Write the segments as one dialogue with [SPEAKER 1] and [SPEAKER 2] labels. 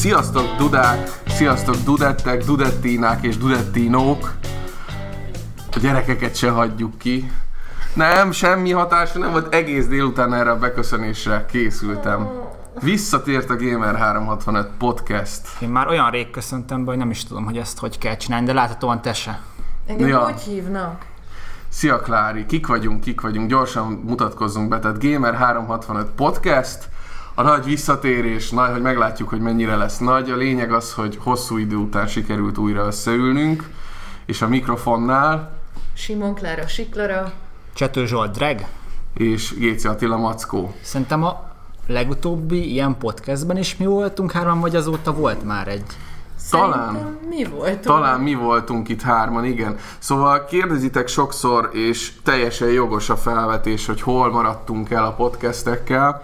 [SPEAKER 1] Sziasztok dudák, sziasztok dudettek, dudettinák és dudettinók. A gyerekeket se hagyjuk ki. Nem, semmi hatása nem volt, egész délután erre a beköszönésre készültem. Visszatért a Gamer365 podcast.
[SPEAKER 2] Én már olyan rég köszöntem be, hogy nem is tudom, hogy ezt hogy kell csinálni, de láthatóan te se.
[SPEAKER 3] Engem hogy hívnak?
[SPEAKER 1] Szia Klári, kik vagyunk, gyorsan mutatkozzunk be, tehát Gamer365 podcast. A nagy visszatérés, hogy meglátjuk, hogy mennyire lesz nagy. A lényeg az, hogy hosszú idő után sikerült újra összeülnünk, és a mikrofonnál
[SPEAKER 3] Simon Klára Siklara,
[SPEAKER 2] Csető Zsolt Dreg
[SPEAKER 1] és Géci Attila Mackó.
[SPEAKER 2] Szerintem a legutóbbi ilyen podcastben is mi voltunk hárman, vagy azóta volt már egy?
[SPEAKER 1] Talán mi voltunk itt hárman, igen. Szóval kérdezitek sokszor, és teljesen jogos a felvetés, hogy hol maradtunk el a podcastekkel.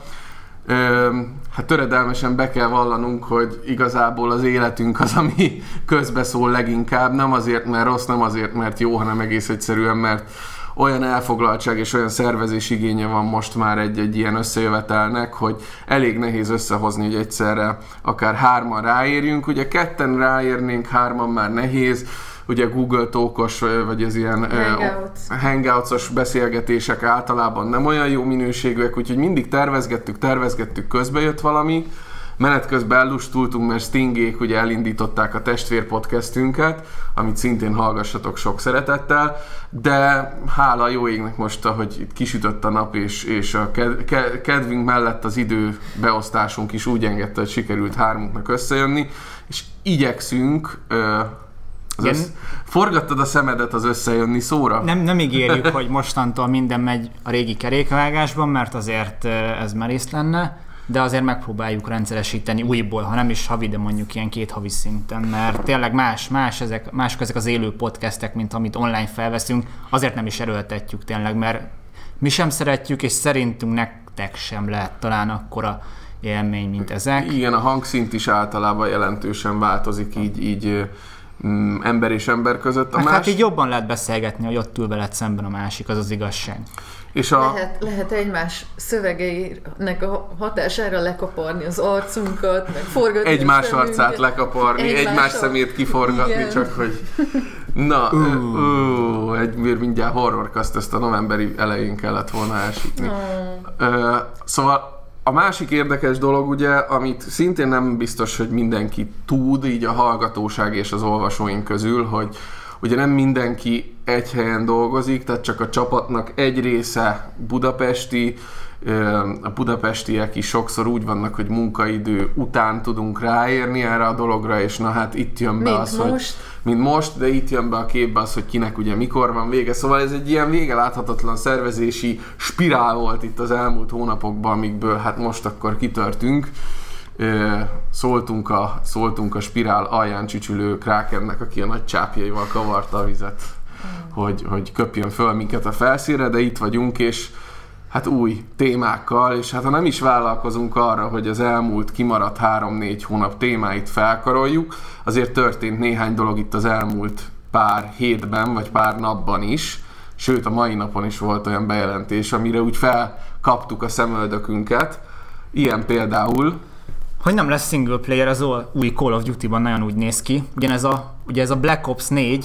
[SPEAKER 1] Hát töredelmesen be kell vallanunk, hogy igazából az életünk az, ami közbeszól leginkább, nem azért, mert rossz, nem azért, mert jó, hanem egész egyszerűen, mert olyan elfoglaltság és olyan szervezés igénye van most már egy ilyen összejövetelnek, hogy elég nehéz összehozni, hogy egyszerre akár hárman ráérjünk. Ugye ketten ráérnénk, hárman már nehéz. Ugye Google Talkos, vagy az ilyen Hangouts-os beszélgetések általában nem olyan jó minőségűek, úgyhogy mindig tervezgettük, közbe jött valami. Menet közben ellustultunk, mert Stingék ugye elindították a testvérpodcastünket, amit szintén hallgassatok sok szeretettel, de hála jó égnek most, ahogy itt kisütött a nap, és a kedvünk mellett az időbeosztásunk is úgy engedte, hogy sikerült hármunknak összejönni, és igyekszünk... Forgattad a szemedet az összejönni szóra?
[SPEAKER 2] Nem ígérjük, hogy mostantól minden megy a régi kerékvágásban, mert azért ez merész lenne, de azért megpróbáljuk rendszeresíteni újból, ha nem is havi, de mondjuk ilyen 2 havi szinten, mert tényleg mások ezek az élő podcastek, mint amit online felveszünk, azért nem is erőltetjük tényleg, mert mi sem szeretjük, és szerintünk nektek sem lehet talán akkora élmény, mint ezek.
[SPEAKER 1] Igen, a hangszint is általában jelentősen változik így ember és ember között.
[SPEAKER 2] Hát így jobban lehet beszélgetni, hogy ott ül veled szemben a másik, az az igazság.
[SPEAKER 1] És
[SPEAKER 3] lehet egymás szövegeinek a hatására lekaparni az arcunkat, meg forgatni
[SPEAKER 1] egymás arcát lekaparni, egymás szemét kiforgatni, igen. Csak hogy... Na, mindjárt horrorkaszt, ezt a novemberi elején kellett volna elsütni. Szóval a másik érdekes dolog, ugye, amit szintén nem biztos, hogy mindenki tud, így a hallgatóság és az olvasóink közül, hogy ugye nem mindenki egy helyen dolgozik, tehát csak a csapatnak egy része budapesti, a budapestiek is sokszor úgy vannak, hogy munkaidő után tudunk ráérni erre a dologra, és na hát itt jön be mint most, de itt jön be a képbe az, hogy kinek ugye mikor van vége. Szóval ez egy ilyen végeláthatatlan szervezési spirál volt itt az elmúlt hónapokban, amikből hát most akkor kitörtünk. Szóltunk a spirál alján csücsülő Krakennek, aki a nagy csápjaival kavarta a vizet, hogy köpjön föl minket a felszínre, de itt vagyunk, és hát új témákkal, és hát ha nem is vállalkozunk arra, hogy az elmúlt kimaradt 3-4 hónap témáit felkaroljuk, azért történt néhány dolog itt az elmúlt pár hétben, vagy pár napban is, sőt a mai napon is volt olyan bejelentés, amire úgy felkaptuk a szemöldökünket. Ilyen például...
[SPEAKER 2] Hogy nem lesz single player, az új Call of Duty-ban nagyon úgy néz ki. Ugye ez a Black Ops 4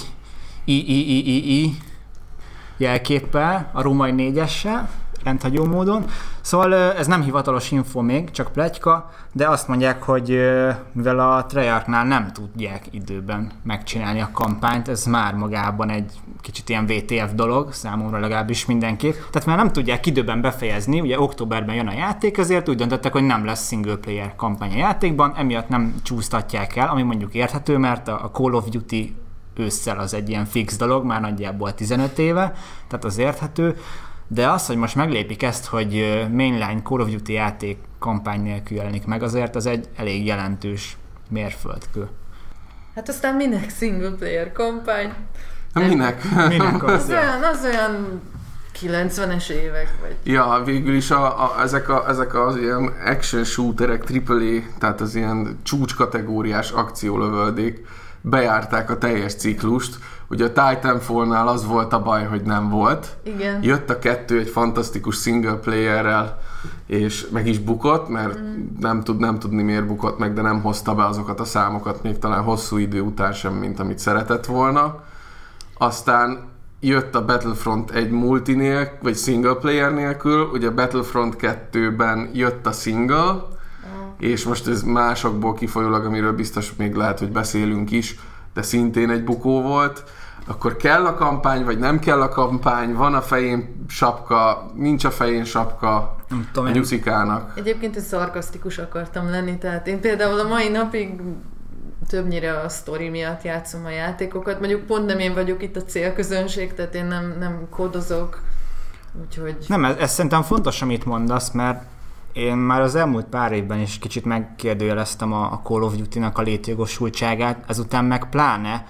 [SPEAKER 2] jelképpel, a római 4-essel, rendhagyó módon. Szóval ez nem hivatalos info még, csak pletyka, de azt mondják, hogy mivel a Treyarchnál nem tudják időben megcsinálni a kampányt, ez már magában egy kicsit ilyen WTF dolog, számomra legalábbis mindenképp. Tehát már nem tudják időben befejezni, ugye októberben jön a játék, ezért úgy döntöttek, hogy nem lesz single player kampány a játékban, emiatt nem csúsztatják el, ami mondjuk érthető, mert a Call of Duty ősszel az egy ilyen fix dolog, már nagyjából 15 éve, tehát az érthető. De az, hogy most meglépik ezt, hogy mainline Call of Duty játék kampány nélkül jelenik meg, azért az egy elég jelentős mérföldkő.
[SPEAKER 3] Hát aztán minek single player kampány?
[SPEAKER 1] Minek
[SPEAKER 3] az olyan 90-es évek vagy.
[SPEAKER 1] Ja, végül is ezek az ilyen action shooterek, AAA, tehát az ilyen csúcskategóriás akciólövöldék bejárták a teljes ciklust. Ugye a Titanfall-nál az volt a baj, hogy nem volt.
[SPEAKER 3] Igen.
[SPEAKER 1] Jött a 2 egy fantasztikus single playerrel, és meg is bukott, mert nem tudni miért bukott meg, de nem hozta be azokat a számokat még talán hosszú idő után sem, mint amit szeretett volna. Aztán jött a Battlefront egy multi nélkül, vagy single player nélkül, ugye a Battlefront 2-ben jött a single, és most ez másokból kifolyólag, amiről biztos még lehet, hogy beszélünk is, de szintén egy bukó volt. Akkor kell a kampány, vagy nem kell a kampány, van a fején sapka, nincs a fején sapka a nyuszikának.
[SPEAKER 3] Egyébként ez szarkasztikus akartam lenni, tehát én például a mai napig többnyire a sztori miatt játszom a játékokat. Mondjuk pont nem én vagyok itt a célközönség, tehát én nem kódozok, úgyhogy...
[SPEAKER 2] Nem, ez szerintem fontos, amit mondasz, mert én már az elmúlt pár évben is kicsit megkérdőjeleztem a Call of Duty-nak a létjogosultságát, ezután meg pláne,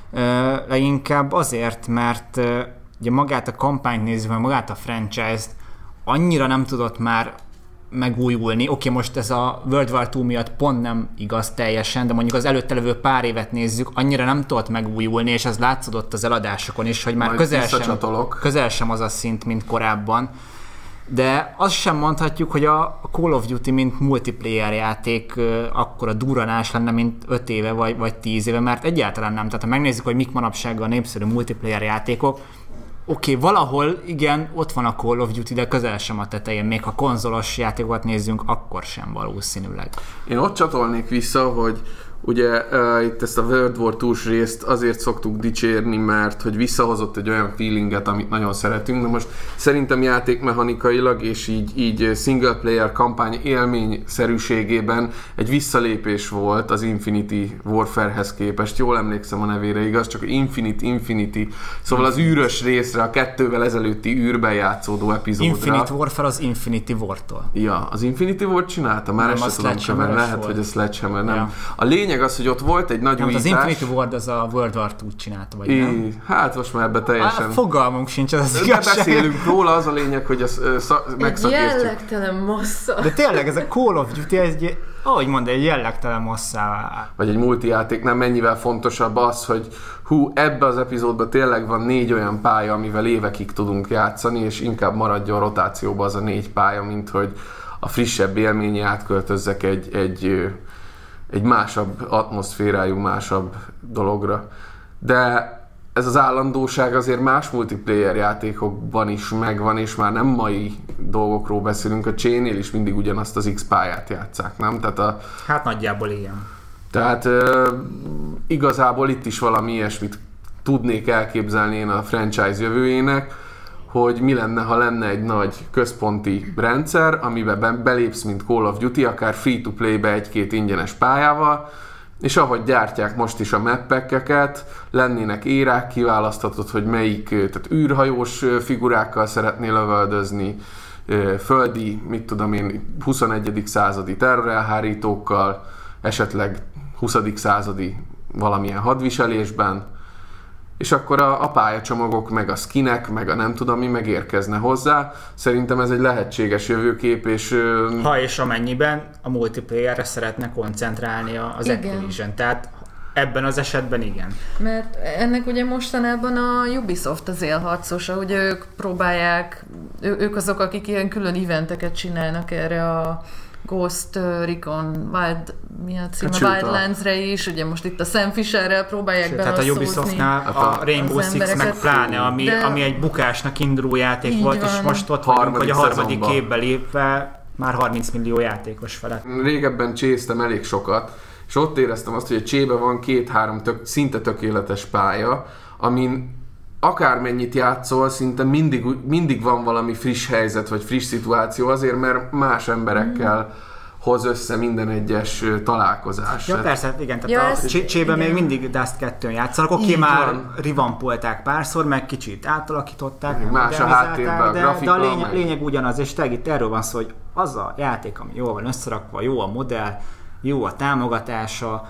[SPEAKER 2] leginkább azért, mert ugye magát a kampányt nézve, magát a franchise-t annyira nem tudott már megújulni. Oké, most ez a World War II miatt pont nem igaz teljesen, de mondjuk az előtte levő pár évet nézzük, annyira nem tudott megújulni, és ez látszódott az eladásokon is, hogy már közel sem az a szint, mint korábban. De azt sem mondhatjuk, hogy a Call of Duty mint multiplayer játék akkora durranás lenne, mint 5 éve vagy 10 éve, mert egyáltalán nem. Tehát ha megnézzük, hogy mik manapság a népszerű multiplayer játékok, oké, valahol igen, ott van a Call of Duty, de közel sem a tetején. Még ha konzolos játékokat nézzünk, akkor sem valószínűleg.
[SPEAKER 1] Én ott csatolnék vissza, hogy ugye itt ezt a World War II-s részt azért szoktuk dicsérni, mert hogy visszahozott egy olyan feelinget, amit nagyon szeretünk, de most szerintem játékmechanikailag és így single player kampány élményszerűségében egy visszalépés volt az Infinity Warfare-hez képest. Jól emlékszem a nevére, igaz? Csak Infinity. Szóval az űrös részre, a 2-vel ezelőtti űrben játszódó epizódra.
[SPEAKER 2] Infinite Warfare az Infinity War-tól.
[SPEAKER 1] Ja, az Infinity War csinálta? Már ezt tudom keverni. Lehet, hogy a Sledgehammer nem. Ja. A lényeg az, hogy ott volt egy nagy újítás.
[SPEAKER 2] Az Infinity Ward az a World War II csinálta, vagy nem?
[SPEAKER 1] Hát most már ebbe teljesen...
[SPEAKER 2] Fogalmunk sincs, az igazság.
[SPEAKER 1] Beszélünk róla, az a lényeg, hogy ezt megszakértjük.
[SPEAKER 3] Egy jellegtelen massza.
[SPEAKER 2] De tényleg ez a Call of Duty, ahogy mondja, egy jellegtelen masszává.
[SPEAKER 1] Vagy egy multijátéknál mennyivel fontosabb az, hogy ebbe az epizódban tényleg van 4 olyan pálya, amivel évekig tudunk játszani, és inkább maradjon rotációba az a 4 pálya, mint hogy a frissebb élményi átköltözzek egy másabb atmoszférájú, másabb dologra. De ez az állandóság azért más multiplayer játékokban is megvan, és már nem mai dolgokról beszélünk, a Chain-nél is mindig ugyanazt az X pályát játsszák, nem? Tehát
[SPEAKER 2] hát nagyjából igen.
[SPEAKER 1] Tehát igazából itt is valami ilyesmit tudnék elképzelni én a franchise jövőjének, hogy mi lenne, ha lenne egy nagy központi rendszer, amiben belépsz, mint Call of Duty, akár free-to-play-be 1-2 ingyenes pályával, és ahogy gyártják most is a map-packeket, lennének érák, kiválaszthatod, hogy melyik, tehát űrhajós figurákkal szeretnél lövöldözni, földi, 21. századi terrorelhárítókkal, esetleg 20. századi valamilyen hadviselésben, és akkor a pályacsomagok, meg a skinek, meg a nem tudom mi megérkezne hozzá. Szerintem ez egy lehetséges jövőkép, és...
[SPEAKER 2] Ha és amennyiben a multiplayerre szeretne koncentrálni az Activision. Tehát ebben az esetben igen.
[SPEAKER 3] Mert ennek ugye mostanában a Ubisoft az élharcosa, ugye ők próbálják, ők azok, akik ilyen külön eventeket csinálnak erre a Ghost Recon Wildlands-re is, ugye most itt a Sam Fisherrel próbálják belasszózni.
[SPEAKER 2] Tehát a Ubisoftnál a Rainbow Six meg pláne, ami egy bukásnak induló játék volt, és most ott vagyunk, hogy a harmadik évbe lépve már 30 millió játékos felett.
[SPEAKER 1] Régebben cséztem elég sokat, és ott éreztem azt, hogy a csébe van 2-3 szinte tökéletes pálya, amin akármennyit játszol, szinte mindig van valami friss helyzet, vagy friss szituáció, azért, mert más emberekkel hoz össze minden egyes találkozás.
[SPEAKER 2] Ja, persze, igen, tehát a Csében még mindig Dust 2-n játszanak, oké, már revampolták párszor, meg kicsit átalakították,
[SPEAKER 1] más a háttérben, a grafika.
[SPEAKER 2] De a lényeg ugyanaz, és tényleg itt erről van szó, hogy az a játék, ami jól van összerakva, jó a modell, jó a támogatása,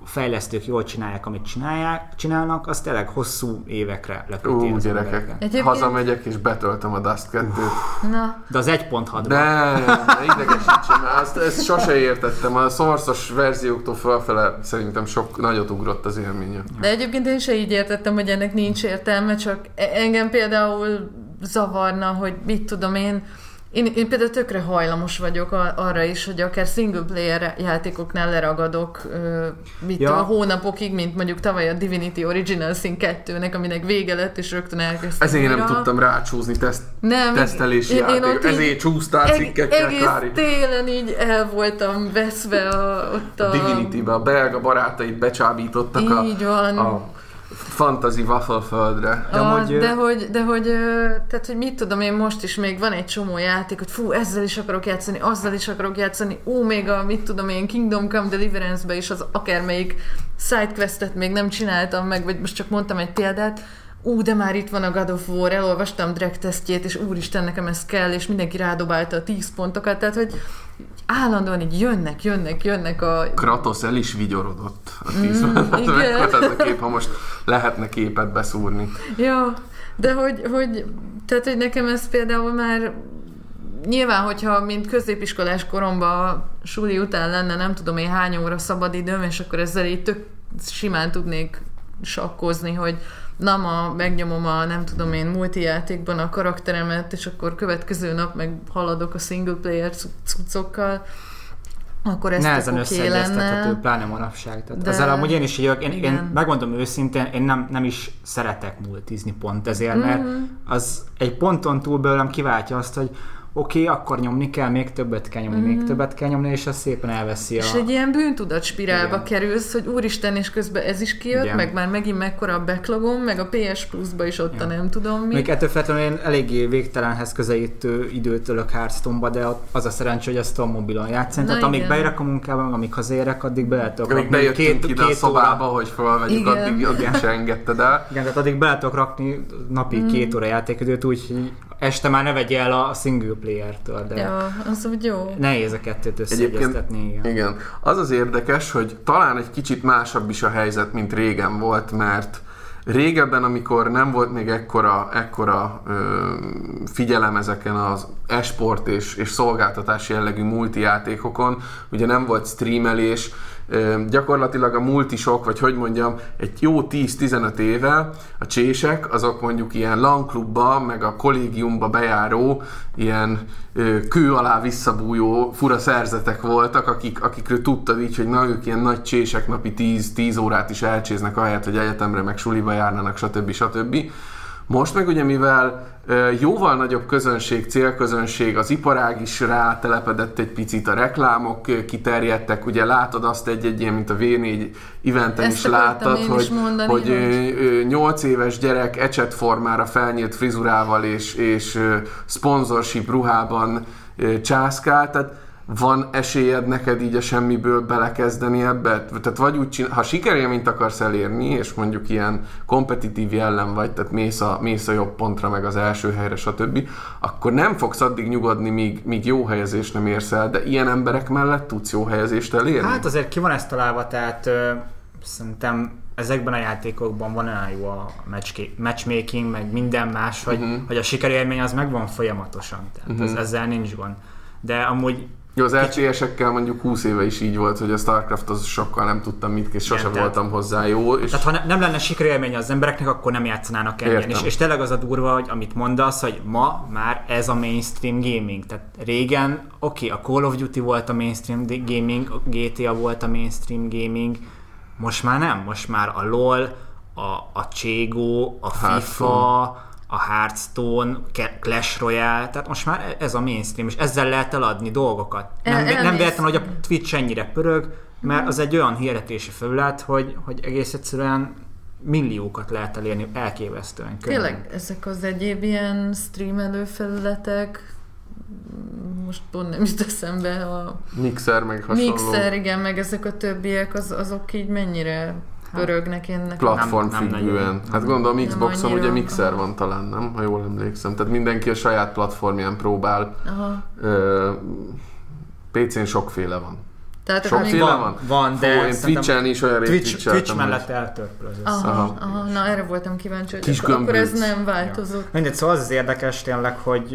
[SPEAKER 2] fejlesztők jól csinálják, amit csinálnak, az tényleg hosszú évekre leköti az
[SPEAKER 1] gyerekek, hazamegyek és betöltöm a Dust 2-t.
[SPEAKER 3] Na.
[SPEAKER 2] De az 1.6-ban.
[SPEAKER 1] De idegesítsen már, ezt sose értettem. A Source-os verzióktól felfele szerintem sok nagyot ugrott az élménye.
[SPEAKER 3] De egyébként én se így értettem, hogy ennek nincs értelme, csak engem például zavarna, hogy mit tudom én például tökre hajlamos vagyok arra is, hogy akár single player játékoknál leragadok hónapokig, mint mondjuk tavaly a Divinity Original Sin 2-nek, aminek vége lett, és rögtön elkezdtem.
[SPEAKER 1] Ezért nem tudtam rácsúzni tesztelési játékot. Ezért csúsztál cikkekkel, Klári.
[SPEAKER 3] Egész télen így el voltam veszve ott
[SPEAKER 1] a Divinity-be, a belga barátaid becsábítottak a fantasy waffle-földre.
[SPEAKER 3] Tehát, hogy mit tudom én, most is még van egy csomó játék, hogy fú, ezzel is akarok játszani, azzal is akarok játszani, még a, mit tudom én, Kingdom Come Deliverance-be is az akármelyik sidequestet még nem csináltam meg, vagy most csak mondtam egy példát, de már itt van a God of War, elolvastam drag tesztjét, és úristen, nekem ez kell, és mindenki rádobálta a 10 pontokat, tehát, hogy állandóan így jönnek a...
[SPEAKER 1] Kratos el is vigyorodott a 10 pontot. Mekkora ez a kép, ha most lehetne képet beszúrni.
[SPEAKER 3] Ja, de tehát, hogy nekem ez például már nyilván, hogyha mint középiskolás koromban suli után lenne, nem tudom én hány óra szabadidőm, és akkor ezzel így tök simán tudnék sakkozni, hogy na ma megnyomom a nem tudom én multijátékban a karakteremet, és akkor következő nap meg haladok a single player cuccokkal, akkor ez
[SPEAKER 2] nehezen összeegyeztethető, pláne manapság. Tehát ezzel amúgy én is így, én megmondom őszintén, én nem is szeretek multizni pont ezért, mert az egy ponton túl belőlem kiváltja azt, hogy oké, akkor nyomni kell, még többet kell nyomni, még többet kell nyomni, és az szépen elveszi
[SPEAKER 3] és egy ilyen bűntudatspirálba kerülsz, hogy úristen, és közben ez is kijött, meg már megint mekkora a backlogom, meg a PS Plus-ba is ott a nem tudom mi.
[SPEAKER 2] Még ettől feltétlenül én eléggé végtelenhez közelítő időt ölök Hearthstone-ba, de az a szerencsé, hogy ezt tudom mobilon játszani. Tehát amíg beérek a munkába, meg amíg hazérek, addig be tudok rakni.
[SPEAKER 1] Amíg bejöttünk ide a szobába, hogy felvegyük, addig se engedted el.
[SPEAKER 2] Igen, tehát addig be tudok rakni napi 2 óra játékidőt, úgyhogy este már ne vegye el a single player-től, de
[SPEAKER 3] az úgy jó.
[SPEAKER 2] Nehéz a kettőt összeegyeztetni.
[SPEAKER 1] Igen. Az érdekes, hogy talán egy kicsit másabb is a helyzet, mint régen volt, mert régebben, amikor nem volt még ekkora figyelem ezeken az e-sport és szolgáltatási jellegű multijátékokon, ugye nem volt streamelés, gyakorlatilag a multisok, vagy hogy mondjam, egy jó 10-15 éve a csések, azok mondjuk ilyen LAN-klubba, meg a kollégiumba bejáró, ilyen kő alá visszabújó fura szerzetek voltak, akikről tudtad így, hogy na, ők ilyen nagy csések, napi 10 órát is elcséznek ahelyett, hogy egyetemre meg suliba járnának, stb. Most meg ugye, mivel jóval nagyobb közönség, célközönség, az iparág is rátelepedett egy picit, a reklámok kiterjedtek, ugye látod azt egy ilyen, mint a V4 eventen is láttad, hogy 8 éves gyerek ecsetformára felnyílt frizurával és sponsorship ruhában császkál, tehát van esélyed neked így a semmiből belekezdeni ebbe? Tehát vagy úgy ha sikerélményt akarsz elérni, és mondjuk ilyen kompetitív jellem vagy, tehát mész a jobb pontra, meg az első helyre, stb., akkor nem fogsz addig nyugodni, míg jó helyezést nem érsz el, de ilyen emberek mellett tudsz jó helyezést elérni?
[SPEAKER 2] Hát azért ki van ezt találva, tehát szerintem ezekben a játékokban van olyan jó a matchmaking, meg minden más, hogy a sikerélmény az megvan folyamatosan, tehát ezzel nincs gond. De amúgy
[SPEAKER 1] jó, az RTS-ekkel mondjuk 20 éve is így volt, hogy a Starcraft az sokkal nem tudtam mit, és sosem voltam hozzá jó. És
[SPEAKER 2] tehát ha nem lenne sikerélmény az embereknek, akkor nem játszanának ennyien. És tényleg az a durva, hogy amit mondasz, hogy ma már ez a mainstream gaming. Tehát régen, a Call of Duty volt a mainstream gaming, a GTA volt a mainstream gaming, most már nem. Most már a LoL, a CSGO, a FIFA, a Hearthstone, Clash Royale, tehát most már ez a mainstream, és ezzel lehet eladni dolgokat. Nem véletlen, hogy a Twitch ennyire pörög, mert az egy olyan hirdetési felület, hogy egész egyszerűen milliókat lehet elérni elképesztően könnyen.
[SPEAKER 3] Tényleg, ezek az egyéb ilyen streamelő felületek, most pont nem jut eszembe a...
[SPEAKER 1] Mixer, meg hasonló.
[SPEAKER 3] Mixer, igen, meg ezek a többiek, azok így mennyire pörögnek ennek.
[SPEAKER 1] Platform függően. Hát gondolom Xboxon ugye Mixer van talán, nem? Ha jól emlékszem. Tehát mindenki a saját platformján próbál. PC-n sokféle van.
[SPEAKER 3] Tehát
[SPEAKER 1] sokféle
[SPEAKER 2] van, de
[SPEAKER 1] én Twitch-en is olyan rég
[SPEAKER 2] Twitch mellett eltörplözött.
[SPEAKER 3] Na erre voltam kíváncsi, hogy akkor ez nem változott.
[SPEAKER 2] Ja. Mindegy, szóval az érdekes tényleg, hogy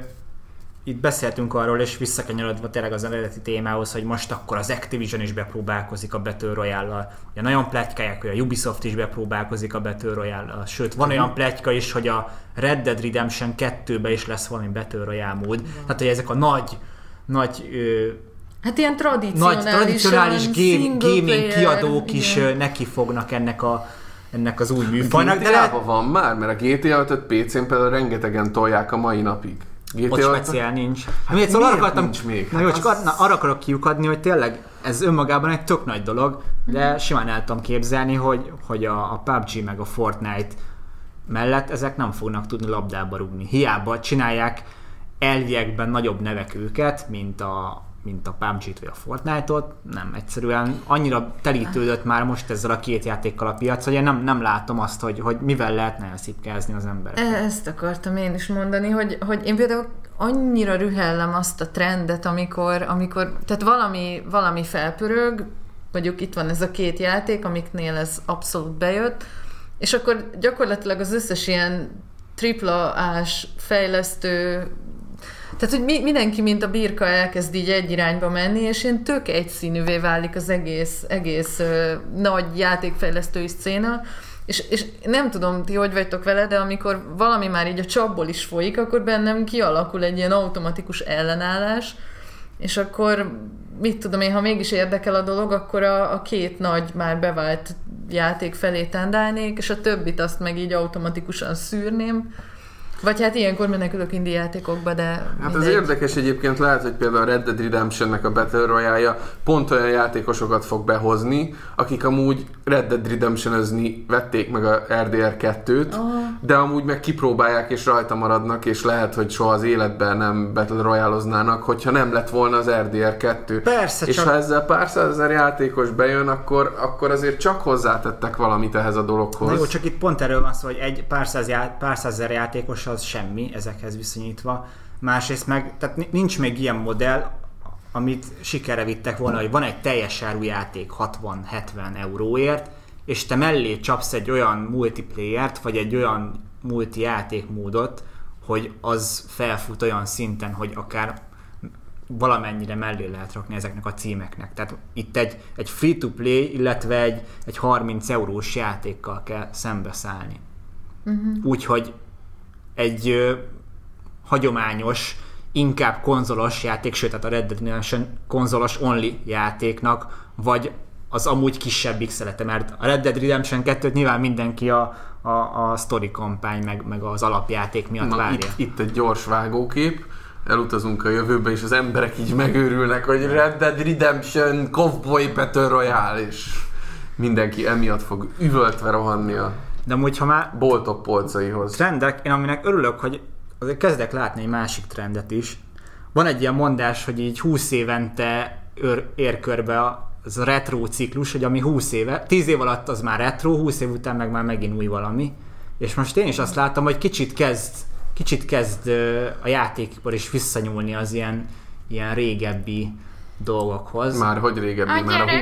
[SPEAKER 2] itt beszéltünk arról, és visszakanyarodva tényleg az eredeti témához, hogy most akkor az Activision is bepróbálkozik a Battle Royale-lal. Ugye nagyon pletykálják, hogy a Ubisoft is bepróbálkozik a Battle Royale-lal. Sőt, van olyan pletyka is, hogy a Red Dead Redemption 2-ben is lesz valami Battle Royale mód. Tehát, hogy ezek a nagy
[SPEAKER 3] hát ilyen tradicionális
[SPEAKER 2] gaming kiadók is neki fognak ennek az új műfajnak.
[SPEAKER 1] De GTA-ban van már, mert a GTA 5-öt PC-n például rengetegen tolják a mai napig.
[SPEAKER 2] Ott speciál nincs. Hát szóval
[SPEAKER 1] nincs még?
[SPEAKER 2] Na jó, csak arra akarok kiukadni, hogy tényleg ez önmagában egy tök nagy dolog, de simán el tudom képzelni, hogy a PUBG meg a Fortnite mellett ezek nem fognak tudni labdába rúgni. Hiába csinálják elviekben nagyobb nevek őket, mint a PUBG-t vagy a Fortnite-ot, nem, egyszerűen annyira telítődött már most ezzel a két játékkal a piac, hogy én nem látom azt, hogy mivel lehetne elszipkázni az embereket.
[SPEAKER 3] Ezt akartam én is mondani, hogy én például annyira rühellem azt a trendet, amikor tehát valami felpörög, mondjuk itt van ez a két játék, amiknél ez abszolút bejött, és akkor gyakorlatilag az összes ilyen AAA-s fejlesztő, tehát, hogy mindenki, mint a birka elkezd így egy irányba menni, és ilyen tök egyszínűvé válik az egész nagy játékfejlesztői szcéna, és nem tudom, ti hogy vagytok vele, de amikor valami már így a csapból is folyik, akkor bennem kialakul egy ilyen automatikus ellenállás, és akkor mit tudom én, ha mégis érdekel a dolog, akkor a két nagy már bevált játék felé tendálnék, és a többit azt meg így automatikusan szűrném. Vagy hát ilyenkor menekülök indie játékokba, de
[SPEAKER 1] hát
[SPEAKER 3] mindegy.
[SPEAKER 1] az érdekes egyébként lehet, hogy például a Red Dead Redemption-nek a Battle Royale-ja pont olyan játékosokat fog behozni, akik amúgy Red Dead Redemption-özni vették meg a RDR 2-t, de amúgy meg kipróbálják és rajta maradnak, és lehet, hogy soha az életben nem Battle Royale-oznának, hogyha nem lett volna az RDR 2.
[SPEAKER 2] Persze,
[SPEAKER 1] és ha ezzel pár százezer játékos bejön, akkor azért csak hozzátettek valamit ehhez a dologhoz.
[SPEAKER 2] Na jó, csak itt pont erről van szó, hogy egy pár százezer játékos az semmi ezekhez viszonyítva. Másrészt meg, tehát nincs még ilyen modell, amit sikerre vittek volna, hogy van egy teljes áru játék 60-70 euróért, és te mellé csapsz egy olyan multiplayert, vagy egy olyan multi játékmódot, hogy az felfut olyan szinten, hogy akár valamennyire mellé lehet rakni ezeknek a címeknek. Tehát itt egy free-to-play, illetve egy 30 eurós játékkal kell szembeszállni. Úgyhogy egy hagyományos, inkább konzolos játék, sőt, tehát a Red Dead Redemption konzolos only játéknak, vagy az amúgy kisebb pixelete, mert a Red Dead Redemption 2-t nyilván mindenki a story kampány, meg az alapjáték miatt várja.
[SPEAKER 1] Itt egy gyors vágókép, elutazunk a jövőbe, és az emberek így megőrülnek, hogy Red Dead Redemption, Cowboy Battle Royale, és mindenki emiatt fog üvöltve rohanni a
[SPEAKER 2] de amúgy, ha már
[SPEAKER 1] boltok polcaihoz.
[SPEAKER 2] Trendek, én aminek örülök, hogy azért kezdek látni egy másik trendet is. Van egy ilyen mondás, hogy így 20 évente ér körbe az a retro ciklus, hogy ami 20 éve, 10 év alatt az már retro, 20 év után meg már megint új valami. És most én is azt látom, hogy kicsit kezd a játékipar is visszanyúlni az ilyen régebbi dolgokhoz.
[SPEAKER 1] Már hogy régebbi? Már a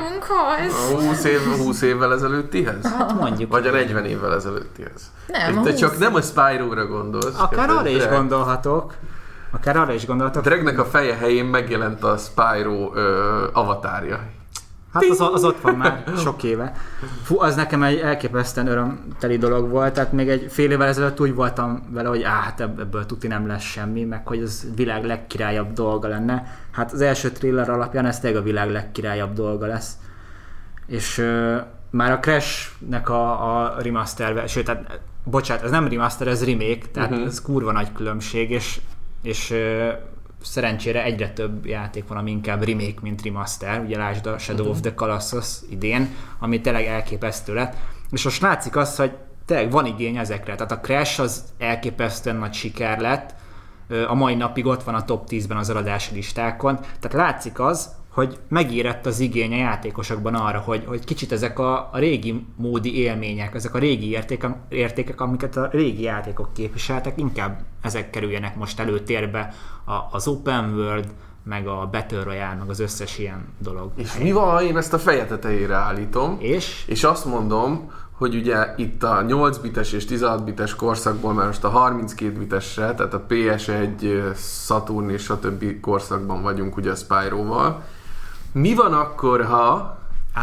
[SPEAKER 1] 20 évvel ezelőttihez?
[SPEAKER 2] Hát mondjuk.
[SPEAKER 1] Vagy a 40 évvel ezelőttihez.
[SPEAKER 3] Nem,
[SPEAKER 1] te csak nem a Spyro-ra gondolsz.
[SPEAKER 2] Akár arra is gondolhatok.
[SPEAKER 1] Dregnek a feje helyén megjelent a Spyro avatárja.
[SPEAKER 2] Hát az ott van már sok éve. Fú, az nekem egy elképesztően örömteli dolog volt, tehát még egy fél évvel ezelőtt úgy voltam vele, hogy hát ebből tuti nem lesz semmi, meg hogy ez világ legkirályabb dolga lenne. Hát az első trailer alapján ez tényleg a világ legkirályabb dolga lesz. És már a Crash-nek a remaster, sőt, tehát, bocsánat, ez nem remaster, ez remake, tehát ez kurva nagy különbség, és szerencsére egyre több játék van, ami inkább remake, mint remaster. Ugye lásd a Shadow of the Colossus idén, ami tényleg elképesztő lett. És most látszik az, hogy tényleg van igény ezekre. Tehát a Crash az elképesztően nagy siker lett. A mai napig ott van a top 10-ben az eladási listákon. Tehát látszik az, hogy megérett az igény a játékosokban arra, hogy kicsit ezek a régi módi élmények, ezek a régi értékek, amiket a régi játékok képviseltek, inkább ezek kerüljenek most előtérbe, az open world, meg a Battle Royale, meg az összes ilyen dolog.
[SPEAKER 1] És mi van, ha én ezt a feje tetejére állítom,
[SPEAKER 2] és
[SPEAKER 1] azt mondom, hogy ugye itt a 8 bites és 16 bites korszakból, már most a 32 bitesre, tehát a PS1, Saturn és a többi korszakban vagyunk ugye a Spyro-val. Mi van akkor, ha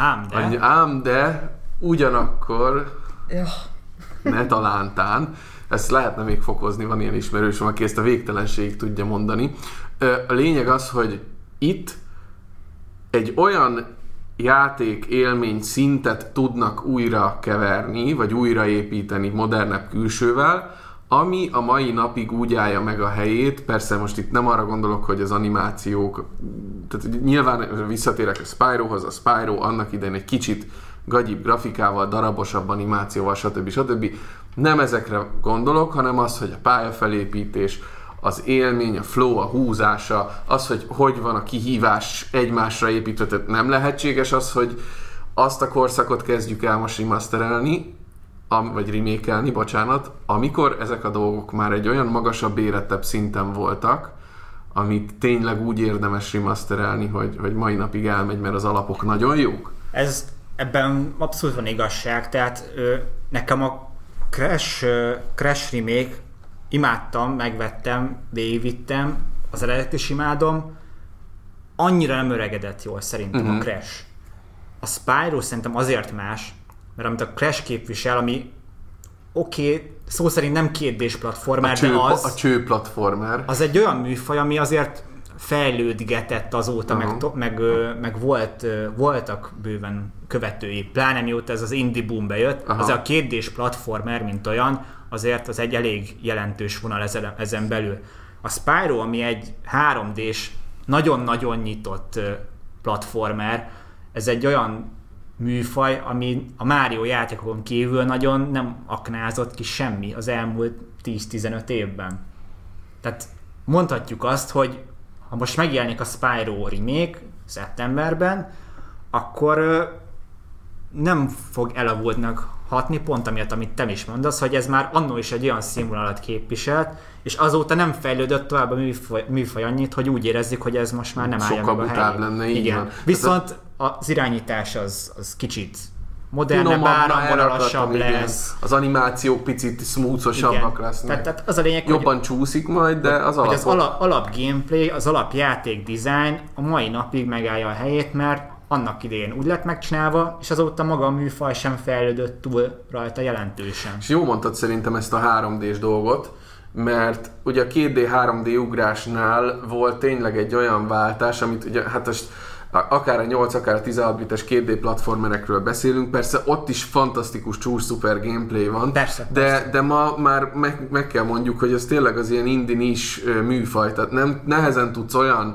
[SPEAKER 1] ám de ugyanakkor ne talántán, ezt lehetne még fokozni, van ilyen ismerősöm, aki ezt a végtelenségig tudja mondani. A lényeg az, hogy itt egy olyan játék élmény szintet tudnak újra keverni, vagy újraépíteni modernebb külsővel, ami a mai napig úgy állja meg a helyét. Persze most itt nem arra gondolok, hogy az animációk, tehát nyilván visszatérek a Spyrohoz, a Spyro annak idején egy kicsit gagyibb grafikával, darabosabb animációval, stb. Nem ezekre gondolok, hanem az, hogy a pályafelépítés, az élmény, a flow, a húzása, az, hogy van a kihívás egymásra építve, tehát nem lehetséges az, hogy azt a korszakot kezdjük el most remasterelni, vagy remake-elni, bocsánat, amikor ezek a dolgok már egy olyan magasabb, érettebb szinten voltak, amit tényleg úgy érdemes remasterelni, hogy mai napig elmegy, mert az alapok nagyon jók.
[SPEAKER 2] Ebben abszolút van igazság, tehát nekem a Crash remake imádtam, megvettem, végigvittem, az eredet is imádom, annyira nem öregedett jól szerintem a Crash. A Spyro szerintem azért más, mert amit a Crash képvisel, ami szó szerint nem 2D-s platformer, de az...
[SPEAKER 1] A cső platformer.
[SPEAKER 2] Az egy olyan műfaj, ami azért fejlődgetett azóta, meg voltak bőven követői, pláne mióta ez az indie boom bejött, az a 2D-s platformer, mint olyan, azért az egy elég jelentős vonal ezen belül. A Spyro, ami egy 3D-s, nagyon-nagyon nyitott platformer, ez egy olyan műfaj, ami a Mario játékokon kívül nagyon nem aknázott ki semmi az elmúlt 10-15 évben. Tehát mondhatjuk azt, hogy ha most megjelenik a Spyro remake szeptemberben, akkor nem fog elavultnak hatni, pont amiatt, amit te is mondasz, hogy ez már annó is egy olyan színvonalat képviselt, és azóta nem fejlődött tovább a műfaj annyit, hogy úgy érezzük, hogy ez most már nem állja meg a helyét.
[SPEAKER 1] Lenne, így
[SPEAKER 2] igen.
[SPEAKER 1] Van.
[SPEAKER 2] Viszont az irányítás az kicsit modernebb, áramvonalasabb lesz.
[SPEAKER 1] Az animációk picit smooth-osabbak lesznek.
[SPEAKER 2] Tehát az a lényeg,
[SPEAKER 1] jobban csúszik majd, de az
[SPEAKER 2] alap gameplay, az alap játék design a mai napig megállja a helyét, mert annak idején úgy lett megcsinálva, és azóta maga a műfaj sem fejlődött túl rajta jelentősen.
[SPEAKER 1] És jó mondtad szerintem ezt a 3D-s dolgot, mert ugye a 2D, 3D ugrásnál volt tényleg egy olyan váltás, amit ugye, hát akár a 8, akár a 16 bites 2D platformerekről beszélünk, persze ott is fantasztikus csúcs szuper gameplay van,
[SPEAKER 2] persze.
[SPEAKER 1] De ma már meg kell mondjuk, hogy ez tényleg az ilyen indie niche műfaj, tehát nehezen tudsz olyan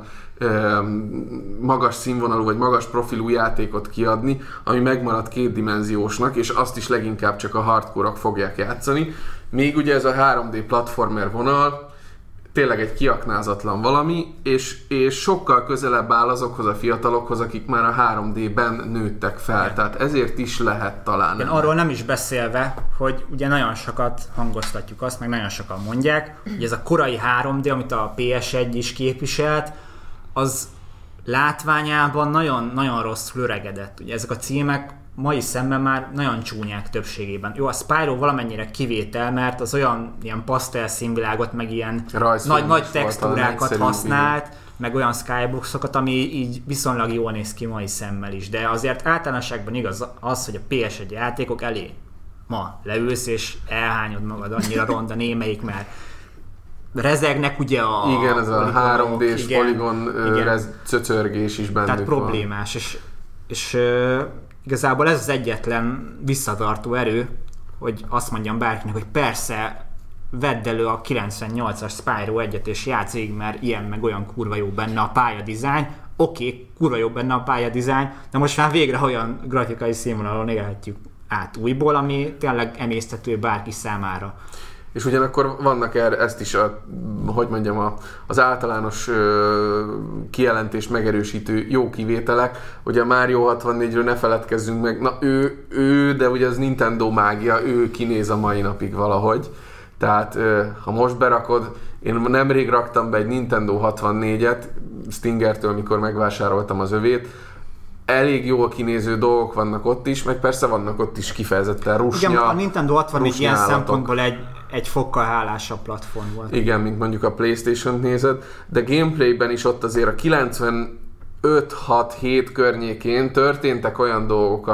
[SPEAKER 1] magas színvonalú vagy magas profilú játékot kiadni, ami megmarad kétdimenziósnak, és azt is leginkább csak a hardcore-ok fogják játszani. Még ugye ez a 3D platformer vonal tényleg egy kiaknázatlan valami, és sokkal közelebb áll azokhoz a fiatalokhoz, akik már a 3D-ben nőttek fel. Igen. Tehát ezért is lehet talán.
[SPEAKER 2] Igen, arról nem is beszélve, hogy ugye nagyon sokat hangoztatjuk azt, meg nagyon sokan mondják, hogy ez a korai 3D, amit a PS1 is képviselt, az látványában nagyon rosszul öregedett. Ugye ezek a címek mai szemben már nagyon csúnyák többségében. Jó, a Spyro valamennyire kivétel, mert az olyan ilyen pasztel színvilágot, meg ilyen nagy textúrákat használt, meg olyan skyboxokat, ami így viszonylag jól néz ki mai szemmel is. De azért általánosságban igaz az, hogy a PS1 játékok elé ma leülsz és elhányod magad, annyira ronda némelyik, mert rezegnek ugye
[SPEAKER 1] igen, ez a 3D-s poligon cöcörgés is bennük.
[SPEAKER 2] Tehát problémás, és igazából ez az egyetlen visszatartó erő, hogy azt mondjam bárkinek, hogy persze vedd elő a 98-as Spyro 1-et és játsz végig, mert ilyen meg olyan kurva jó benne a pályadizájn. Oké, kurva jó benne a pályadizájn, de most már végre olyan grafikai színvonalon élhetjük át újból, ami tényleg emészthető bárki számára.
[SPEAKER 1] És ugyanakkor vannak ezt is az általános kijelentést megerősítő jó kivételek. Ugye a Mario 64-ről ne feledkezzünk meg, na ő, de ugye az Nintendo mágia, ő kinéz a mai napig valahogy. Tehát ha most berakod, én nemrég raktam be egy Nintendo 64-et, Stingertől, mikor megvásároltam az övét. Elég jól kinéző dolgok vannak ott is, meg persze vannak ott is kifejezetten rusnya.
[SPEAKER 2] Igen, a Nintendo 64 ilyen
[SPEAKER 1] állatok.
[SPEAKER 2] szempontból egy fokkal hálásabb platform volt.
[SPEAKER 1] Igen, mint mondjuk a PlayStation-t nézed, de gameplayben is ott azért a 95-6-7 környékén történtek olyan dolgok,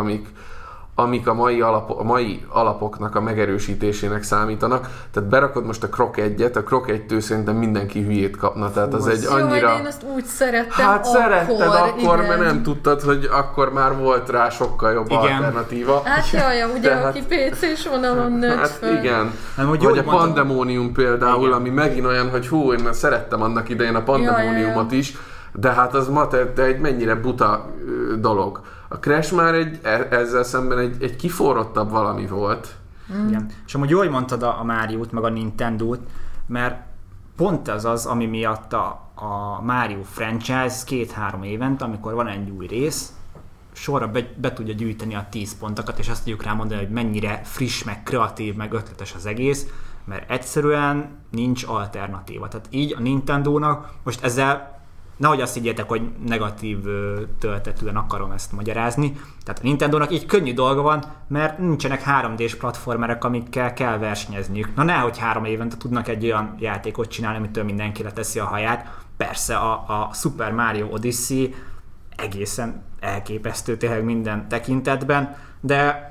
[SPEAKER 1] amik a mai alapoknak a megerősítésének számítanak. Tehát berakod most a Croc 1-et, a Croc 1-től szerintem mindenki hülyét kapna. Tehát az egy annyira...
[SPEAKER 3] Jaj, én azt úgy szerettem
[SPEAKER 1] Hát szeretted akkor,
[SPEAKER 3] igen.
[SPEAKER 1] mert nem tudtad, hogy akkor már volt rá sokkal jobb alternatíva.
[SPEAKER 3] Hát jaj, ugye,
[SPEAKER 1] Tehát-
[SPEAKER 3] aki PC-s vonalon nőtt
[SPEAKER 1] Hát
[SPEAKER 3] fel.
[SPEAKER 1] igen.
[SPEAKER 2] Nem, hogy
[SPEAKER 1] Vagy
[SPEAKER 2] úgy
[SPEAKER 1] a
[SPEAKER 2] mondtad-
[SPEAKER 1] Pandemonium például,
[SPEAKER 2] Igen.
[SPEAKER 1] ami megint olyan, hogy hú, én szerettem annak idején a Pandemoniumot is, de hát az ma egy mennyire buta dolog. A Crash már ezzel szemben egy kiforrottabb valami volt.
[SPEAKER 2] Igen. És amúgy jól mondtad a Máriót, meg a Nintendót, mert pont ez az, ami miatt a Mario franchise 2-3 évente, amikor van egy új rész, sorra be tudja gyűjteni a 10 pontokat, és azt tudjuk rámondani, hogy mennyire friss, meg kreatív, meg ötletes az egész, mert egyszerűen nincs alternatíva. Tehát így a Nintendónak, most ezzel nehogy azt higgyétek, hogy negatív töltetűen akarom ezt magyarázni. Tehát a Nintendónak így könnyű dolga van, mert nincsenek 3D-s platformerek, amikkel kell versenyezniük. Na nehogy 3 évente tudnak egy olyan játékot csinálni, amitől mindenki leteszi a haját. Persze a Super Mario Odyssey egészen elképesztő tényleg minden tekintetben, de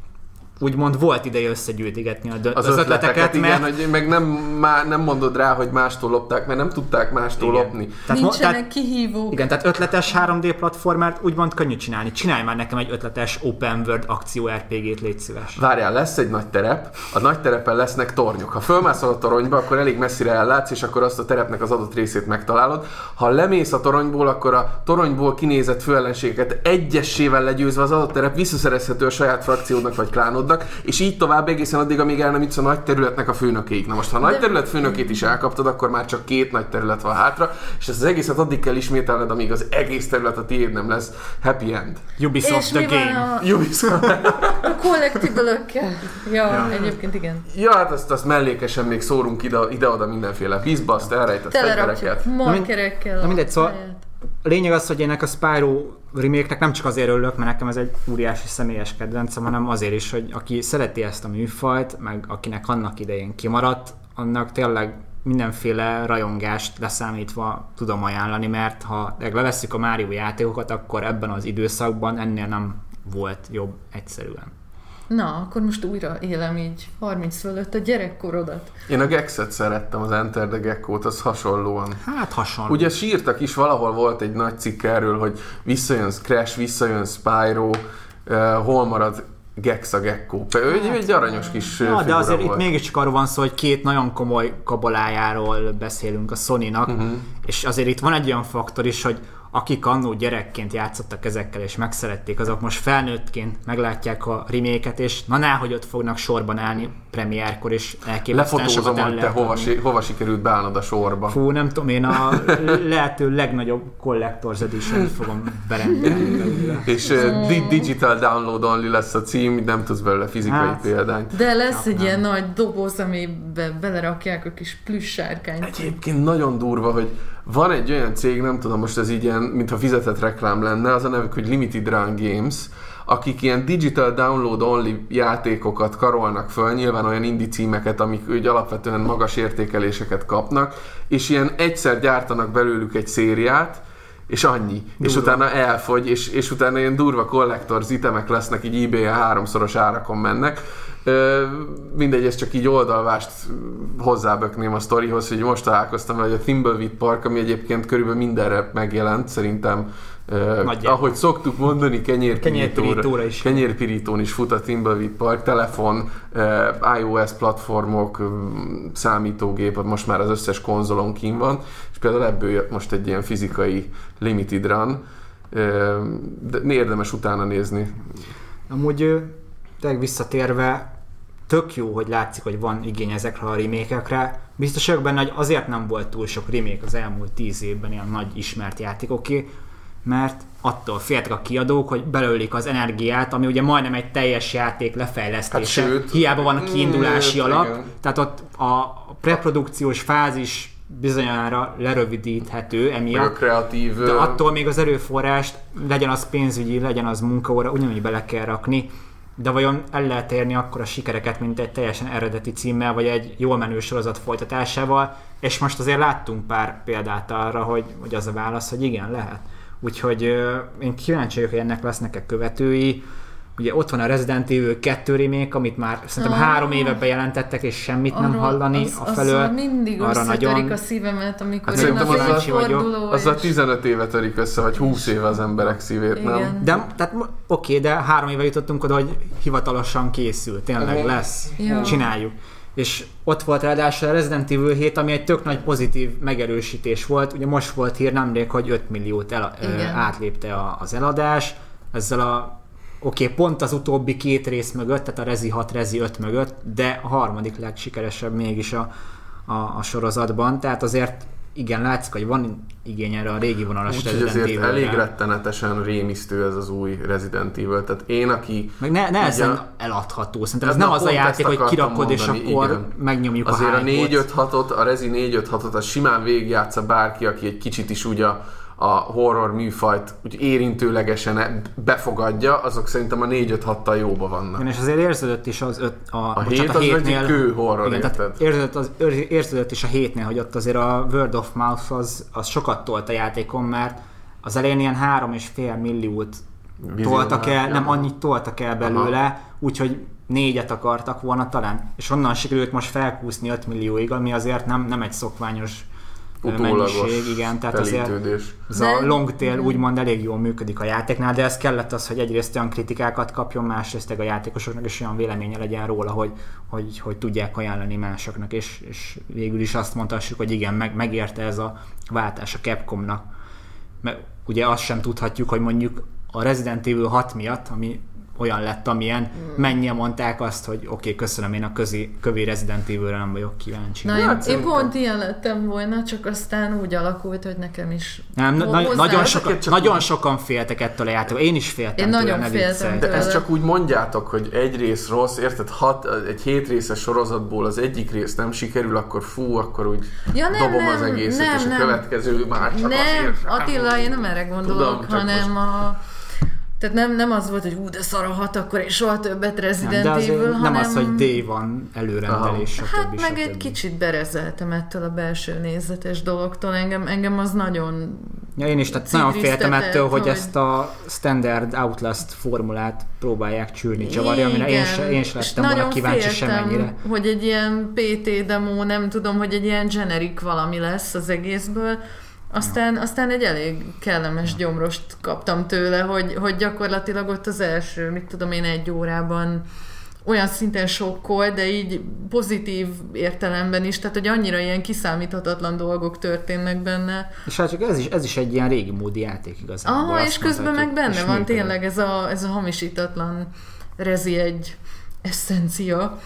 [SPEAKER 2] úgymond volt ideje összegyűjtigetni az ötleteket,
[SPEAKER 1] igen,
[SPEAKER 2] mert...
[SPEAKER 1] hogy meg nem mondod rá, hogy mástól lopták, mert nem tudták mástól lopni.
[SPEAKER 3] Nincsenek kihívók.
[SPEAKER 2] Igen, tehát ötletes 3D platformert úgymond könnyű csinálni. Csinálj már nekem egy ötletes open world akció RPG-t, légy szíves.
[SPEAKER 1] Várjál, lesz egy nagy terep, a nagy terepen lesznek tornyok. Ha fölmászol a toronyba, akkor elég messzire ellátsz, és akkor azt a terepnek az adott részét megtalálod. Ha lemész a toronyból, akkor a toronyból kinézett főellenségeket egyessével legyőzve az adott terep visszaszerezhető a saját frakciódnak vagy klánodnak, és így tovább egészen addig, amíg el nem jutsz a nagy területnek a főnökéig. Na most, ha a nagy terület főnökét is elkaptad, akkor már csak 2 nagy terület van hátra, és ezt az egészet addig kell ismételned, amíg az egész terület a tiéd nem lesz. Happy end.
[SPEAKER 2] Ubisoft
[SPEAKER 3] És
[SPEAKER 2] the
[SPEAKER 3] mi van
[SPEAKER 2] game.
[SPEAKER 1] Ubisoft.
[SPEAKER 3] a collectible-ökkel? Ja, egyébként igen.
[SPEAKER 1] Ja, hát azt mellékesen még szórunk ide-oda mindenféle bizbaszt, elrejtett
[SPEAKER 3] Telerakjuk
[SPEAKER 1] fegyvereket.
[SPEAKER 3] markerekkel.
[SPEAKER 2] Na mindegy, szóval
[SPEAKER 3] pályát.
[SPEAKER 2] a lényeg az, hogy ennek a Spyro remake-nek nem csak azért örülök, mert nekem ez egy óriási személyes kedvencem, hanem azért is, hogy aki szereti ezt a műfajt, meg akinek annak idején kimaradt, annak tényleg mindenféle rajongást leszámítva tudom ajánlani, mert ha levesszük a Mario játékokat, akkor ebben az időszakban ennél nem volt jobb egyszerűen.
[SPEAKER 3] Na, akkor most újra élem így 30 fölött a gyerekkorodat.
[SPEAKER 1] Én a Gexet szerettem, az Enter the Gecko-t, az hasonlóan.
[SPEAKER 2] Hát hasonló.
[SPEAKER 1] Ugye sírtak is, valahol volt egy nagy cikk erről, hogy visszajön Crash, visszajön Spyro, hol marad Gex a Gecko. Ő egy aranyos kis figura
[SPEAKER 2] de azért
[SPEAKER 1] volt.
[SPEAKER 2] itt mégiscsak arról van szó, hogy 2 nagyon komoly kabalájáról beszélünk a Sony-nak, és azért itt van egy olyan faktor is, hogy akik annó gyerekként játszottak ezekkel és megszerették, azok most felnőttként meglátják a remake-et, és na nehogy ott fognak sorban állni premierkor, és elképesztően sokat
[SPEAKER 1] Lefotózom, hogy te hova sikerült beállnod a sorba.
[SPEAKER 2] Fú, nem tudom, én a lehető legnagyobb Collector's Edition fogom berendelni.
[SPEAKER 1] És digital download only lesz a cím, nem tudsz belőle fizikai példányt.
[SPEAKER 3] De lesz egy ilyen nagy doboz, amibe belerakják a kis plüss sárkányt.
[SPEAKER 1] Egyébként nagyon durva, hogy van egy olyan cég, nem tudom, most ez így ilyen, mintha fizetett reklám lenne, az a nevük, hogy Limited Run Games, akik ilyen digital download only játékokat karolnak föl, nyilván olyan indie címeket, amik úgy alapvetően magas értékeléseket kapnak, és ilyen egyszer gyártanak belőlük egy szériát, és annyi. Durva. És utána elfogy, és utána ilyen durva collector's itemek lesznek, így eBay-en 3-szoros árakon mennek. Mindegy, ez csak így oldalvást hozzábökném a sztorihoz, hogy most találkoztam vele, hogy a Thimbleweed Park, ami egyébként körülbelül mindenre megjelent, szerintem ahogy szoktuk mondani, kenyérpirítón is fut a Thimbleweed Park, telefon, iOS platformok, számítógép, most már az összes konzolon kín van, és például ebből jött most egy ilyen fizikai limited run, de érdemes utána nézni.
[SPEAKER 2] Amúgy tényleg visszatérve, tök jó, hogy látszik, hogy van igény ezekre a remake-ekre. Biztos vagyok benne, hogy azért nem volt túl sok remake az elmúlt 10 évben ilyen nagy ismert játékoké, mert attól féltek a kiadók, hogy belőlik az energiát, ami ugye majdnem egy teljes játék lefejlesztése.
[SPEAKER 1] Hát, sőt,
[SPEAKER 2] hiába van a kiindulási alap,
[SPEAKER 1] igen.
[SPEAKER 2] tehát ott a preprodukciós fázis bizonyára lerövidíthető emiatt.
[SPEAKER 1] Kreatív.
[SPEAKER 2] De attól még az erőforrást, legyen az pénzügyi, legyen az munkaóra, ugyanúgy bele kell rakni. De vajon el lehet érni akkor a sikereket, mint egy teljesen eredeti címmel, vagy egy jól menő sorozat folytatásával, és most azért láttunk pár példát arra, hogy az a válasz, hogy igen, lehet. Úgyhogy én kíváncsi vagyok, hogy ennek lesznek-e követői. Ugye ott van a Resident Evil 2 remake, amit már szerintem 3 éve bejelentettek, és semmit nem hallani afelől.
[SPEAKER 3] Az mindig összetörik a szívemet, amikor
[SPEAKER 1] hát
[SPEAKER 3] jön az évforduló.
[SPEAKER 1] Azzal 15 éve törik össze, vagy 20 éve az emberek szívét, igen. Nem?
[SPEAKER 2] De, tehát oké, de 3 éve jutottunk oda, hogy hivatalosan készül, tényleg lesz, csináljuk. És ott volt ráadásul a Resident Evil 7, ami egy tök nagy pozitív megerősítés volt. Ugye most volt hír nemrég, hogy 5 milliót átlépte az eladás. Ezzel pont az utóbbi 2 rész mögött, tehát a Rezi 6, Rezi 5 mögött, de a harmadik legsikeresebb mégis a sorozatban. Tehát azért igen, látszik, hogy van igény erre a régi vonalas Resident Evil-re.
[SPEAKER 1] Úgyhogy azért elég rettenetesen rémisztő ez az új Resident Evil. Tehát én, aki...
[SPEAKER 2] Meg nehezen eladható. Szerintem ez nem az a játék, hogy kirakod, és akkor igen. Megnyomjuk
[SPEAKER 1] azért
[SPEAKER 2] a hype-ot.
[SPEAKER 1] A 4-5-6-ot, a Rezi 4-5-6-ot az simán végigjátsza bárki, aki egy kicsit is úgy a horror műfajt úgy érintőlegesen befogadja, azok szerintem a 4-5-6-tal jóba vannak.
[SPEAKER 2] Igen, és azért érződött is
[SPEAKER 1] a 7 az egy kő horror,
[SPEAKER 2] igen, érződött is a 7-nél, hogy ott azért a word of mouth az sokat tolt a játékon, mert az elején ilyen 3,5 milliót toltak el, nem annyit toltak el belőle, úgyhogy 4-et akartak volna talán, és onnan sikerült most felkúszni 5 millióig, ami azért nem egy szokványos mennyiség, igen, tehát azért ez a long tail úgymond elég jól működik a játéknál, de ez kellett az, hogy egyrészt olyan kritikákat kapjon, másrészt a játékosoknak is olyan véleménye legyen róla, hogy tudják ajánlani másoknak, és végül is azt mondhassuk, hogy igen, megérte ez a váltás a Capcomnak. Mert ugye azt sem tudhatjuk, hogy mondjuk a Resident Evil 6 miatt, ami olyan lett, amilyen, mennyien mondták azt, hogy oké, köszönöm, én a kövi Resident Evil-re nem vagyok kíváncsi.
[SPEAKER 3] Na, én pont ilyen lettem volna, csak aztán úgy alakult, hogy nekem is
[SPEAKER 2] nagyon sokan féltek ettől a játékot. Én is féltem tőle.
[SPEAKER 3] Nagyon féltem
[SPEAKER 1] de ezt csak úgy mondjátok, hogy egy rész rossz, érted? Egy 7 részes sorozatból az egyik rész nem sikerül, akkor úgy dobom az egészet, és a következő már csak azért.
[SPEAKER 3] Attila, én nem erre gondolok, hanem tehát nem az volt, hogy de szar a 6, akkor és soha többet Resident Evil, hanem...
[SPEAKER 2] Nem az, hogy day van előrendelés,
[SPEAKER 3] Hát meg egy kicsit berezeltem ettől a belső nézetes dologtól, engem az nagyon...
[SPEAKER 2] Ja, én is, tehát nagyon féltem ettől, hogy ezt a standard Outlast formulát próbálják csűrni csavarja, amire én is lettem volna kíváncsi semennyire.
[SPEAKER 3] Hogy egy ilyen PT demo, nem tudom, hogy egy ilyen generic valami lesz az egészből. Aztán egy elég kellemes gyomrost kaptam tőle, hogy gyakorlatilag ott az első, mit tudom én, 1 órában olyan szinten sokkol, de így pozitív értelemben is, tehát hogy annyira ilyen kiszámíthatatlan dolgok történnek benne.
[SPEAKER 2] És hát csak ez is egy ilyen régi módi játék igazából.
[SPEAKER 3] És közben meg benne van tényleg ez a hamisítatlan Rezi egy eszencia.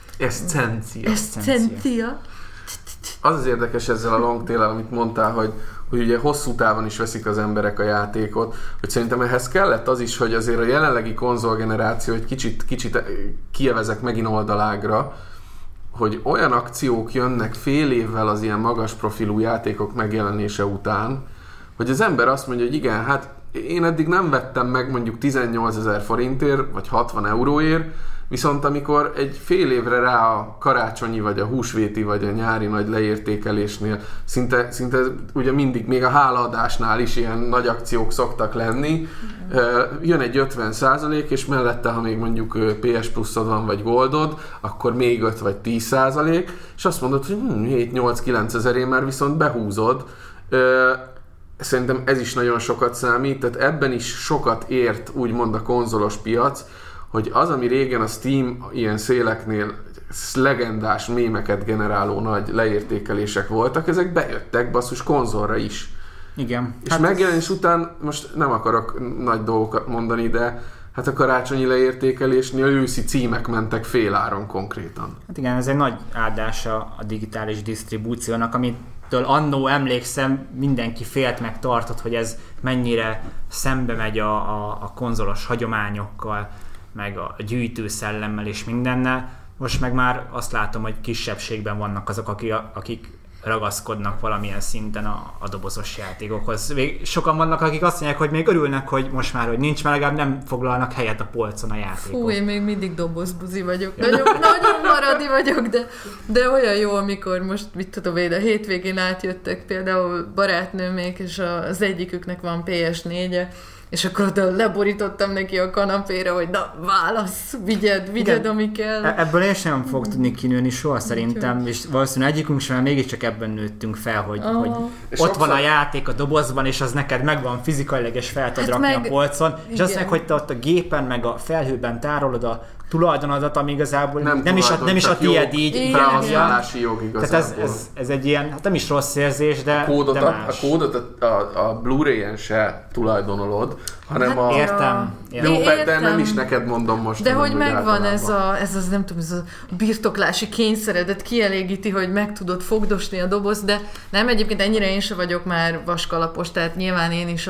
[SPEAKER 1] Az érdekes ezzel a long tail-el, amit mondtál, hogy ugye hosszú távon is veszik az emberek a játékot, hogy szerintem ehhez kellett az is, hogy azért a jelenlegi konzolgeneráció egy kicsit kievezek megint oldalágra, hogy olyan akciók jönnek fél évvel az ilyen magas profilú játékok megjelenése után, hogy az ember azt mondja, hogy igen, hát én eddig nem vettem meg mondjuk 18 000 forintért, vagy 60 euróért, viszont amikor egy fél évre rá a karácsonyi, vagy a húsvéti, vagy a nyári nagy leértékelésnél, szinte ugye mindig, még a hálaadásnál is ilyen nagy akciók szoktak lenni, jön egy 50%, és mellette, ha még mondjuk PS Plus-od van, vagy Goldod, akkor még 5 vagy 10%, és azt mondod, hogy 7-8-9 ezerért már viszont behúzod. Szerintem ez is nagyon sokat számít, tehát ebben is sokat ért úgymond a konzolos piac, hogy az, ami régen a Steam ilyen széleknél legendás mémeket generáló nagy leértékelések voltak, ezek bejöttek basszus konzolra is.
[SPEAKER 2] Igen.
[SPEAKER 1] És hát megjelenés után, most nem akarok nagy dolgokat mondani, de hát a karácsonyi leértékelésnél őszi címek mentek féláron konkrétan.
[SPEAKER 2] Hát igen, ez egy nagy áldása a digitális disztribúciónak, amitől annó emlékszem, mindenki félt meg tartott, hogy ez mennyire szembe megy a konzolos hagyományokkal, meg a gyűjtőszellemmel és mindennel. Most meg már azt látom, hogy kisebbségben vannak azok, akik ragaszkodnak valamilyen szinten a dobozos játékokhoz. Sokan vannak, akik azt mondják, hogy még örülnek, hogy most már, hogy nincs, mert legalább nem foglalnak helyet a polcon a játékok.
[SPEAKER 3] Fú, én még mindig dobozbuzi vagyok. Nagyon maradi vagyok, de olyan jó, amikor most, mit tudom én, a hétvégén átjöttek például barátnőmék, és az egyiküknek van PS4-e, és akkor oda leborítottam neki a kanapéra, hogy na, válasz, vigyed, ami kell.
[SPEAKER 2] Ebből én sem fogok tudni kinőni soha szerintem, és valószínűleg egyikünk sem, mert mégiscsak ebben nőttünk fel, hogy ott van a játék a dobozban, és az neked megvan fizikailag, és fel tudod rakni a polcon, és azt mondják, hogy te ott a gépen, meg a felhőben tárolod a tulajdonodat, ami igazából nem is a tiéd így.
[SPEAKER 1] Felhasználási jog igazából.
[SPEAKER 2] Tehát ez egy ilyen, hát nem is rossz érzés, de más.
[SPEAKER 1] A kódot a Blu-ray-en se tulajdonolod, hanem
[SPEAKER 3] hát
[SPEAKER 2] Értem.
[SPEAKER 1] Jó, de nem is neked mondom most.
[SPEAKER 3] De hogy megvan ez az, nem tudom, ez a birtoklási kényszeredet kielégíti, hogy meg tudod fogdosni a dobozt, de nem, egyébként ennyire én se vagyok már vaskalapos, tehát nyilván én is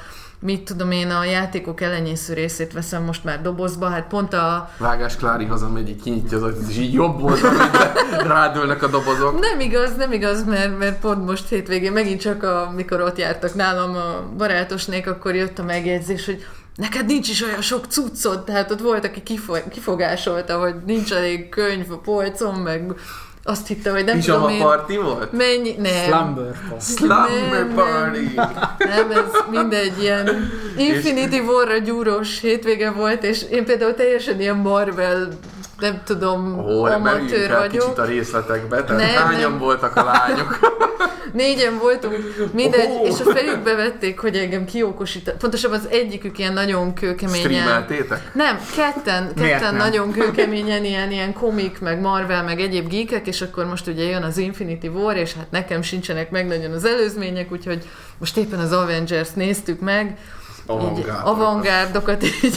[SPEAKER 3] a játékok elenyésző részét veszem most már dobozba, hát pont a...
[SPEAKER 1] Vágás Klári hazamegy, így kinyitja az ajtót, és így jobb oldalon rádőlnek a dobozok.
[SPEAKER 3] Nem igaz, mert pont most hétvégén megint csak amikor ott jártak nálam a barátosnék, akkor jött a megjegyzés, hogy neked nincs is olyan sok cuccod, tehát ott volt, aki kifogásolta, hogy nincs elég könyv a polcon, meg azt hitte, hogy nem tudom én...
[SPEAKER 1] party volt?
[SPEAKER 3] Mennyi? Nem.
[SPEAKER 2] Slumber
[SPEAKER 1] party.
[SPEAKER 3] Nem, ez mindegy ilyen Infinity War-ra gyúros hétvége volt, és én például teljesen ilyen Marvel, nem tudom, amatőr vagyok.
[SPEAKER 1] Kicsit a részletekbe, tehát hányan voltak a lányok?
[SPEAKER 3] 4-en voltunk, mindegy, és a fejükbe vették, hogy engem kiókosított. Pontosabban az egyikük ilyen nagyon kőkeményen...
[SPEAKER 1] Streameltétek?
[SPEAKER 3] Nem, ketten nagyon kőkeményen ilyen komik, meg Marvel, meg egyéb geekek, és akkor most ugye jön az Infinity War, és hát nekem sincsenek meg nagyon az előzmények, úgyhogy most éppen az Avengers néztük meg, avantgárdokat így.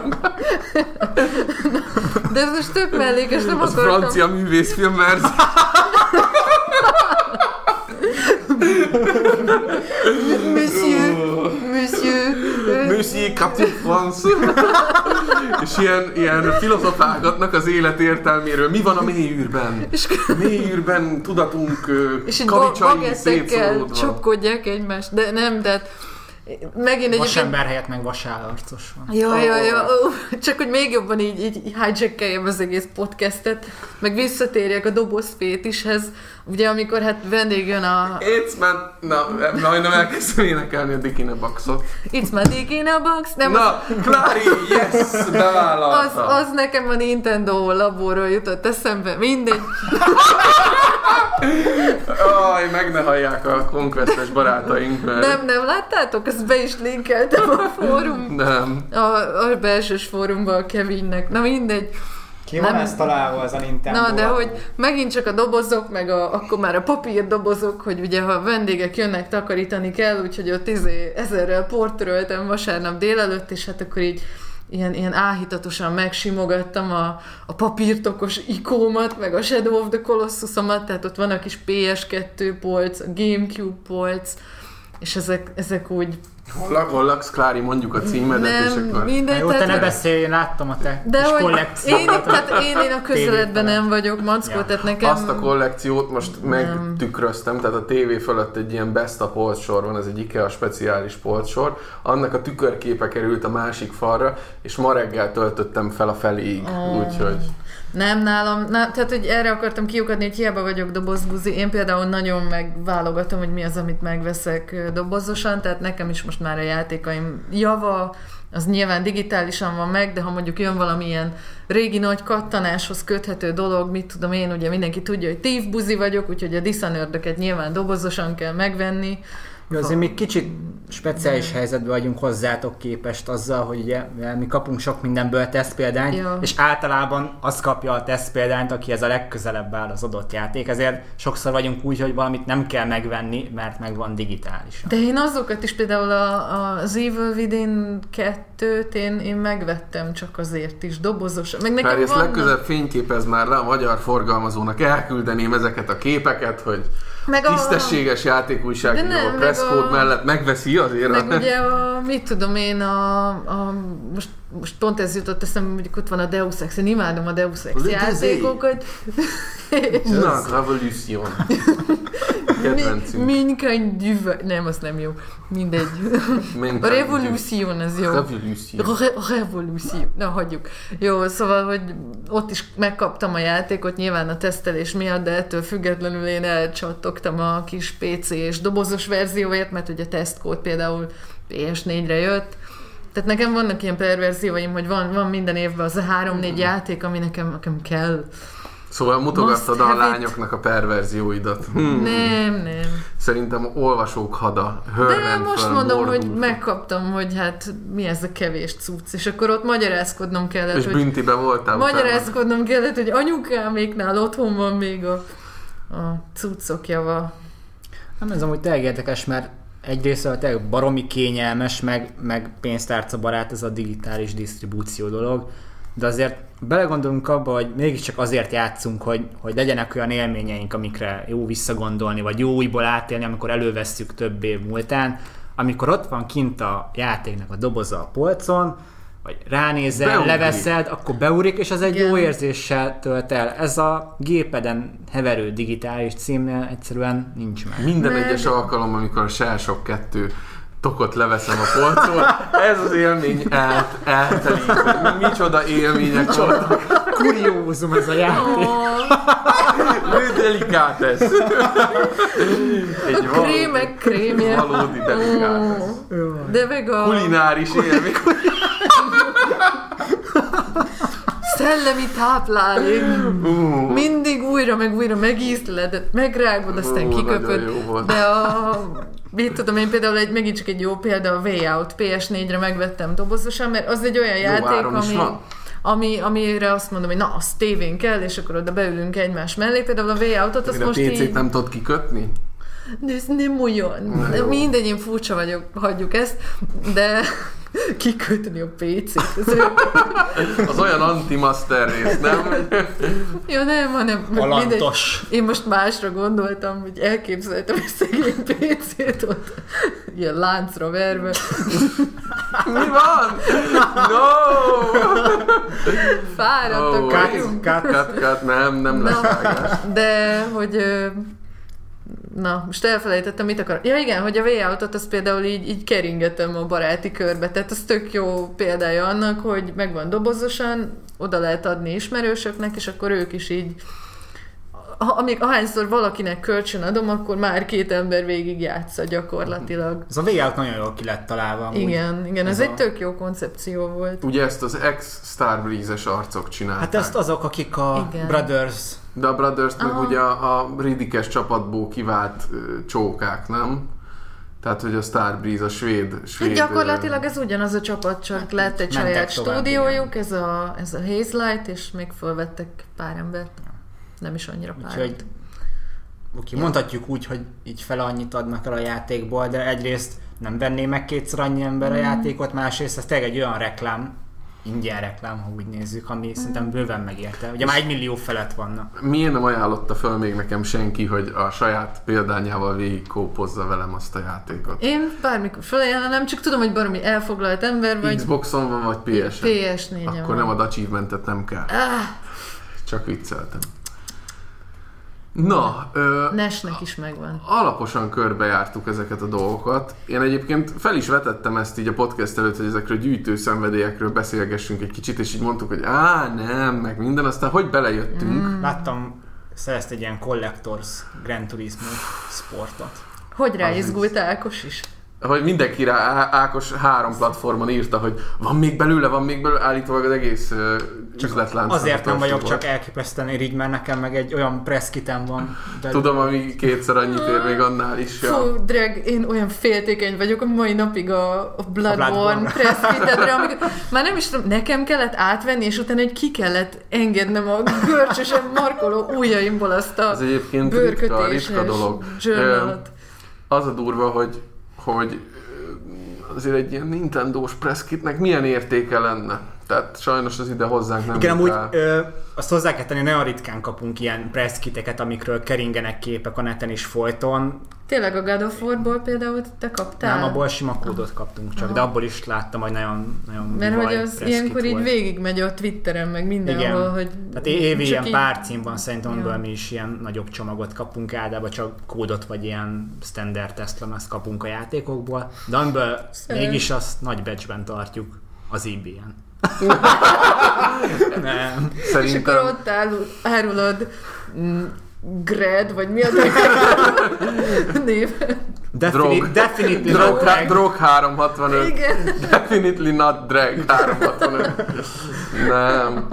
[SPEAKER 3] De ez most tök mellékes, nem
[SPEAKER 1] az
[SPEAKER 3] akartam.
[SPEAKER 1] francia művészfilm verzió. Monsieur Captain France. És ilyen filozofálgatnak az élet értelméről. Mi van a mélyűrben? Mélyűrben tudatunk kavicsai szétszóródva.
[SPEAKER 3] Csapkodják egymást. De nem, de megint egy
[SPEAKER 2] vasember helyett meg vasállarcos van.
[SPEAKER 3] Ja. Csak hogy még jobban így hijackeljem az egész podcastet, meg visszatérjek a dobozfétishez. Ugye amikor hát vendég jön a...
[SPEAKER 1] majdnem elkezdtem énekelni a Dick in a Box-ot.
[SPEAKER 3] It's my Dick in a Box.
[SPEAKER 1] Klári, yes, bevállalta.
[SPEAKER 3] Az nekem a Nintendo laborról jutott eszembe, mindegy.
[SPEAKER 1] Meg ne hallják a Conquest-es barátaink. Mert...
[SPEAKER 3] Nem, láttátok? Ezt be is linkeltem a fórum.
[SPEAKER 1] Nem.
[SPEAKER 3] A belsős fórumban a Kevinnek. Na mindegy.
[SPEAKER 2] Ki van ezt találva az a Nintendo?
[SPEAKER 3] Na, de hogy megint csak a dobozok, meg akkor már a papír dobozok, hogy ugye ha vendégek jönnek, takarítani kell, úgyhogy ott 1000-rel portöröltem vasárnap délelőtt, és hát akkor így ilyen áhítatosan megsimogattam a papírtokos ikómat, meg a Shadow of the Colossusomat, tehát ott van a kis PS2 polc, a Gamecube polc, és ezek úgy...
[SPEAKER 1] Hol laksz, Klári, mondjuk a címedet, és akkor...
[SPEAKER 3] Mindegy,
[SPEAKER 2] jó, te ne beszélj, én láttam a te
[SPEAKER 3] de
[SPEAKER 2] kis
[SPEAKER 3] kollekciót. Én a közeledben nem vagyok, Mackó, tehát nekem...
[SPEAKER 1] Azt a kollekciót most megtükröztem, tehát a tévé fölött egy ilyen Besta polcsor van, ez egy IKEA speciális polcsor, annak a tükörképe került a másik falra, és ma reggel töltöttem fel a feléig, úgyhogy...
[SPEAKER 3] Nem nálam, tehát hogy erre akartam kiukadni, hogy hiába vagyok dobozbuzi. Én például nagyon megválogatom, hogy mi az, amit megveszek dobozosan, tehát nekem is most már a játékaim java, az nyilván digitálisan van meg, de ha mondjuk jön valamilyen régi nagy kattanáshoz köthető dolog, mit tudom én, ugye mindenki tudja, hogy tívbuzi vagyok, úgyhogy a Dishonored-öket nyilván dobozosan kell megvenni.
[SPEAKER 2] Jó, azért még kicsit speciális helyzetben vagyunk hozzátok képest azzal, hogy ugye mi kapunk sok mindenből tesztpéldányt, és általában az kapja a tesztpéldányt, akihez a legközelebb áll az adott játék, ezért sokszor vagyunk úgy, hogy valamit nem kell megvenni, mert megvan digitálisan.
[SPEAKER 3] De én azokat is például az Evil Within 2-t én megvettem csak azért is, dobozosan. Meg nekem
[SPEAKER 1] ezt legközelebb fényképez már le a magyar forgalmazónak, elküldeném ezeket a képeket, hogy tisztességes játékújságíró a Presscode mellett megveszi azért.
[SPEAKER 3] Meg ugye mit tudom én, most pont ez jutott eszembe, hogy ott van a Deus Ex, én imádom a Deus Ex játékokat.
[SPEAKER 1] Na, Revolution. kedvencünk.
[SPEAKER 3] Minkein düve... Nem, az nem jó. Mindegy. A Revolution, az jó. Revolution. Na, hagyjuk. Jó, szóval, hogy ott is megkaptam a játékot, nyilván a tesztelés miatt, de ettől függetlenül én elcsattogtam a kis PC és dobozos verzióért, mert ugye a tesztkód például PS4-re jött. Tehát nekem vannak ilyen perverzióim, hogy van minden évben az a 3-4 játék, ami nekem kell.
[SPEAKER 1] Szóval mutogattad a lányoknak a perverzióidat.
[SPEAKER 3] Nem.
[SPEAKER 1] Szerintem olvasók hada.
[SPEAKER 3] De most mondom, hogy megkaptam, hogy hát mi ez a kevés cucc, és akkor ott magyarázkodnom kellett,
[SPEAKER 1] és büntibe voltál.
[SPEAKER 3] Magyarázkodnom kellett, hogy anyukáméknál otthon van még a cuccok java.
[SPEAKER 2] Nem, ez amúgy tényleg érdekes, mert egyrészt tényleg baromi kényelmes, meg pénztárcabarát ez a digitális disztribúció dolog, de azért belegondolunk abba, hogy mégiscsak azért játszunk, hogy legyenek olyan élményeink, amikre jó visszagondolni, vagy jó újból átélni, amikor elővesszük több év múltán, amikor ott van kint a játéknak a doboza a polcon, vagy ránézel, beugrik, leveszed, akkor beugrik, és az egy jó érzéssel tölt el. Ez a gépeden heverő digitális címnél egyszerűen nincs meg.
[SPEAKER 1] Minden egyes alkalom, amikor a Shellshock 2 tokot leveszem a polcról, ez az élmény eltelik. Micsoda élmények voltak.
[SPEAKER 2] Kuriózum ez a játék.
[SPEAKER 1] Delikátesz.
[SPEAKER 3] A krémek krémje.
[SPEAKER 1] Valódi delikátesz.
[SPEAKER 3] De meg a...
[SPEAKER 1] Kulináris élmény.
[SPEAKER 3] Szellemi táplálék. Mindig újra meg újra megízled, megrágod, aztán kiköpöd. De mit tudom én, például megint csak egy jó példa, a Way Out PS4-re megvettem dobozosan, mert az egy olyan játék, amire azt mondom, hogy na, az tévén kell, és akkor oda beülünk egymás mellé. Például a Way Out-ot azt most
[SPEAKER 1] így... A PC-t nem tudod kikötni?
[SPEAKER 3] De ez nem olyan. Mindegy, én furcsa vagyok, hagyjuk ezt, de kikötni a PC-t.
[SPEAKER 1] Az olyan anti-master rész, nem?
[SPEAKER 3] Ja, nem, hanem...
[SPEAKER 2] Alantos.
[SPEAKER 3] Én most másra gondoltam, hogy elképzeltem egy szegény PC-t ott, ilyen láncra verve.
[SPEAKER 1] Mi van? No!
[SPEAKER 3] Fáradtak vagyunk.
[SPEAKER 1] Cut, nem lesz vágás.
[SPEAKER 3] De, hogy... Na, most elfelejtettem, mit akar. Ja igen, hogy a Way Out-ot azt például így keringetem a baráti körbe, tehát az tök jó példája annak, hogy megvan dobozosan, oda lehet adni ismerősöknek, és akkor ők is így, ahányszor valakinek kölcsön adom, akkor már 2 ember végig játsza gyakorlatilag.
[SPEAKER 2] Ez a Way Out nagyon jól ki lett találva.
[SPEAKER 3] Igen, ez egy tök jó koncepció volt.
[SPEAKER 1] Ugye ezt az ex-Starbreeze-es arcok csinálták.
[SPEAKER 2] Hát ezt azok, akik a Brothers...
[SPEAKER 1] De a Brothers-t meg ugye a Riddick-es csapatból kivált csókák, nem? Tehát, hogy a Starbreeze, a svéd
[SPEAKER 3] gyakorlatilag ez ugyanaz a csapat, csak lett egy saját stúdiójuk, ez a Haze Light, és még fölvettek pár embert. Nem is annyira pár.
[SPEAKER 2] Mondhatjuk úgy, hogy így fele annyit adnak el a játékból, de egyrészt nem venné meg 2-szer annyi ember a játékot, másrészt ez tényleg egy olyan reklám, ingyen reklám, ha úgy nézzük, ami szerintem bőven megérte. Ugye már 1 millió felett vannak.
[SPEAKER 1] Miért nem ajánlotta fel még nekem senki, hogy a saját példányával végigkópozza velem azt a játékot?
[SPEAKER 3] Én bármikor felajánlom, csak tudom, hogy baromi elfoglalt ember vagy.
[SPEAKER 1] Xboxon van, vagy PS-en?
[SPEAKER 3] PS4-en
[SPEAKER 1] Akkor
[SPEAKER 3] van.
[SPEAKER 1] nem ad achievementet, nem kell. Csak vicceltem. Na,
[SPEAKER 3] NES-nek is megvan.
[SPEAKER 1] Alaposan körbejártuk ezeket a dolgokat. Én egyébként fel is vetettem ezt így a podcast előtt, hogy ezekről gyűjtő szenvedélyekről beszélgessünk egy kicsit, és így mondtuk, hogy nem, meg minden, aztán hogy belejöttünk.
[SPEAKER 2] Láttam, szerezt egy ilyen Collectors Gran Turismo sportot.
[SPEAKER 3] Hogy ráizgult Ákos is?
[SPEAKER 1] Hogy mindenki rá, Ákos 3 platformon írta, hogy van még belőle, állítólag az egész üzletlánc.
[SPEAKER 2] Azért nem vagyok csak elképesztően irigy, mert nekem meg egy olyan presskitem van.
[SPEAKER 1] Tudom, ami 2-szer annyit ér még annál is.
[SPEAKER 3] Fú, drag, én olyan féltékeny vagyok a mai napig a Bloodborne preskitetre, amikor már nem is tudom, nekem kellett átvenni, és utána ki kellett engednem a görcsösen markoló ujjaimból azt a
[SPEAKER 1] ritka dolog. Az a durva, hogy azért egy ilyen Nintendo-s presskitnek milyen értéke lenne? Tehát sajnos az ide hozzánk nem
[SPEAKER 2] igen,
[SPEAKER 1] jut
[SPEAKER 2] amúgy azt hozzá kell tenni, nagyon ritkán kapunk ilyen presskiteket, amikről keringenek képek a neten is folyton.
[SPEAKER 3] Tényleg a God of War-ból például te kaptál?
[SPEAKER 2] Nem, abból sima kódot kaptunk csak, de abból is láttam, hogy nagyon
[SPEAKER 3] mert hogy az ilyenkor így végigmegy a Twitteren, meg mindenhol,
[SPEAKER 2] igen.
[SPEAKER 3] hogy...
[SPEAKER 2] Tehát évi ilyen
[SPEAKER 3] így...
[SPEAKER 2] pár cím van, szerintem amiből mi is ilyen nagyobb csomagot kapunk, általában csak kódot vagy ilyen standard tesztlemezt kapunk a játékokból, de amiből mégis azt nagy batchben tartjuk az eBay-en. Nem.
[SPEAKER 3] Szerintem... És akkor ott árulod Gred, vagy mi a név?
[SPEAKER 2] Definitely
[SPEAKER 1] Drog 365.
[SPEAKER 3] Igen.
[SPEAKER 1] Definitely not Drag 365. Nem.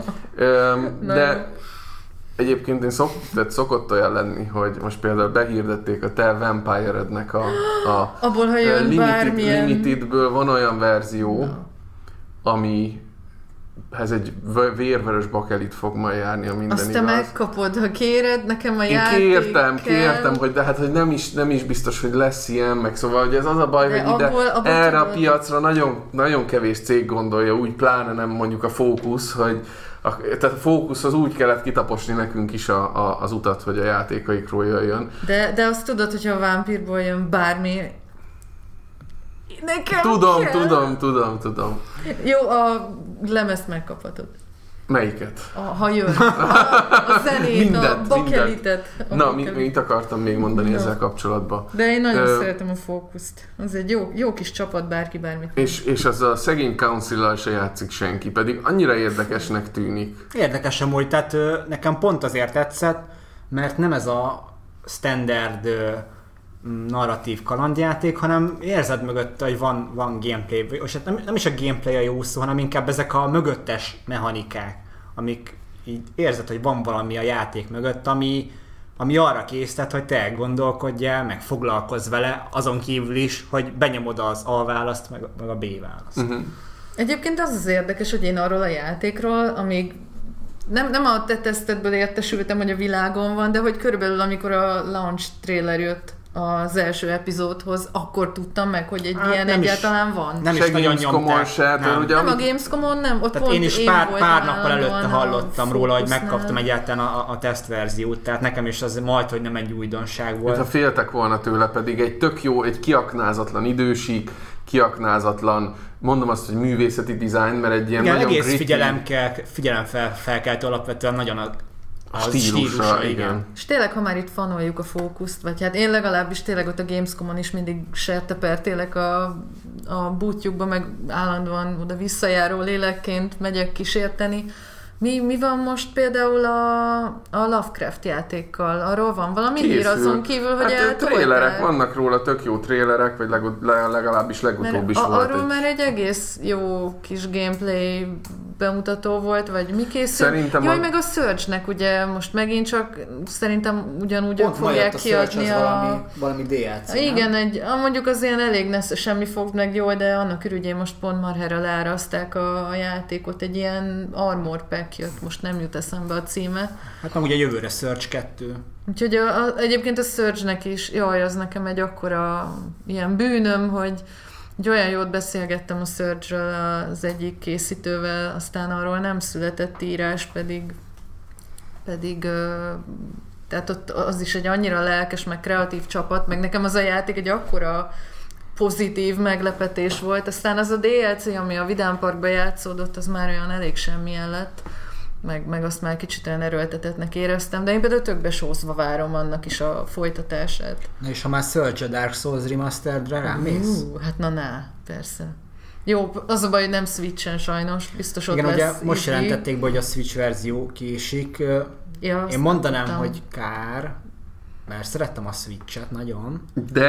[SPEAKER 1] De egyébként szokott olyan lenni, hogy most például behirdették a te Vampire-ednek a
[SPEAKER 3] abból, ha jön
[SPEAKER 1] Limitedből van olyan verzió, ami ez egy vérveres bakelit fog majd járni, a minden
[SPEAKER 3] azt
[SPEAKER 1] igaz.
[SPEAKER 3] Azt te megkapod, ha kéred, nekem a
[SPEAKER 1] játék kértem, hogy de hát hogy nem is biztos, hogy lesz ilyen, meg szóval, hogy ez az a baj, de hogy abból erre a piacra nagyon kevés cég gondolja, úgy pláne nem mondjuk a Focus, hogy tehát a Focus az úgy kellett kitaposni nekünk is az utat, hogy a játékaikról jöjjön.
[SPEAKER 3] De azt tudod, hogyha a Vampirból jön bármi, nekem
[SPEAKER 1] Tudom.
[SPEAKER 3] Jó, a lemezt megkaphatod.
[SPEAKER 1] Melyiket?
[SPEAKER 3] Ha jön. A zenét, mindent, a bakelitet.
[SPEAKER 1] Na, mit akartam még mondani ezzel kapcsolatban?
[SPEAKER 3] De én nagyon szeretem a Focust. Az egy jó kis csapat, bárki bármit.
[SPEAKER 1] És az a szegény Council-lal se játszik senki, pedig annyira érdekesnek tűnik.
[SPEAKER 2] Érdekes amúgy, tehát nekem pont azért tetszett, mert nem ez a standard narratív kalandjáték, hanem érzed mögötte, hogy van gameplay, és nem is a gameplay a jó szó, hanem inkább ezek a mögöttes mechanikák, amik így érzed, hogy van valami a játék mögött, ami arra késztet, hogy te gondolkodjál, meg foglalkozz vele, azon kívül is, hogy benyomod az A választ, meg a B választ. Uh-huh.
[SPEAKER 3] Egyébként az érdekes, hogy én arról a játékról, amíg nem a te tesztedből értesültem, hogy a világon van, de hogy körülbelül amikor a launch trailer jött az első epizódhoz, akkor tudtam meg, hogy egy ilyen egyáltalán van.
[SPEAKER 2] Nem is nagyon nyomták.
[SPEAKER 3] Nem a Gamescomon, nem. Ott
[SPEAKER 2] tehát
[SPEAKER 3] pont
[SPEAKER 2] én is pár nappal előtte hallottam róla, hogy megkaptam egyáltalán a tesztverziót, tehát nekem is az majd, hogy nem egy újdonság volt.
[SPEAKER 1] Ha féltek volna tőle, pedig egy tök jó, egy kiaknázatlan idősík, kiaknázatlan, mondom azt, hogy művészeti design, mert egy ilyen
[SPEAKER 2] igen,
[SPEAKER 1] nagyon
[SPEAKER 2] egész figyelem felkeltő alapvetően nagyon a stílusa, igen.
[SPEAKER 3] És tényleg, ha már itt fanoljuk a Focust, vagy hát én legalábbis tényleg ott a Gamescomon is mindig sertepertélek a bútjukba, meg állandóan oda visszajáró lélekként megyek kísérteni. Mi van most például a Lovecraft játékkal? Arról van valami hír azon kívül, hogy
[SPEAKER 1] trélerek, vannak róla tök jó trélerek, vagy legalábbis legutóbb is volt.
[SPEAKER 3] Arról már egy egész jó kis gameplay bemutató volt, vagy mi készül?
[SPEAKER 1] Szerintem
[SPEAKER 3] jaj, meg a Surge-nek ugye most megint csak szerintem ugyanúgy fogják kiadni
[SPEAKER 2] valami DLC.
[SPEAKER 3] Igen, mondjuk az ilyen elég semmi fog meg jól, de annak ürügyén most pont marhára leáraszták a játékot, egy ilyen armor pack jött, most nem jut eszembe a címe.
[SPEAKER 2] Hát meg ugye jövőre Surge 2.
[SPEAKER 3] Úgyhogy egyébként a Surge-nek is, az nekem egy akkora ilyen bűnöm, hogy olyan jót beszélgettem a Surge-ről az egyik készítővel, aztán arról nem született írás, pedig tehát ott az is egy annyira lelkes, meg kreatív csapat, meg nekem az a játék egy akkora pozitív meglepetés volt, aztán az a DLC, ami a Vidám Parkban játszódott, az már olyan elég semmilyen lett, meg azt már kicsit olyan erőltetettnek éreztem, de én például tökbe sózva várom annak is a folytatását.
[SPEAKER 2] Na és ha már Surge a Dark Souls Remastered-re rámész?
[SPEAKER 3] Hát persze. Jó, az a baj, hogy nem Switchen sajnos, biztos ott
[SPEAKER 2] igen,
[SPEAKER 3] lesz.
[SPEAKER 2] Igen, ugye most jelentették be, hogy a Switch verzió késik. Ja, én mondanám, hogy kár, mert szerettem a Switch-et nagyon.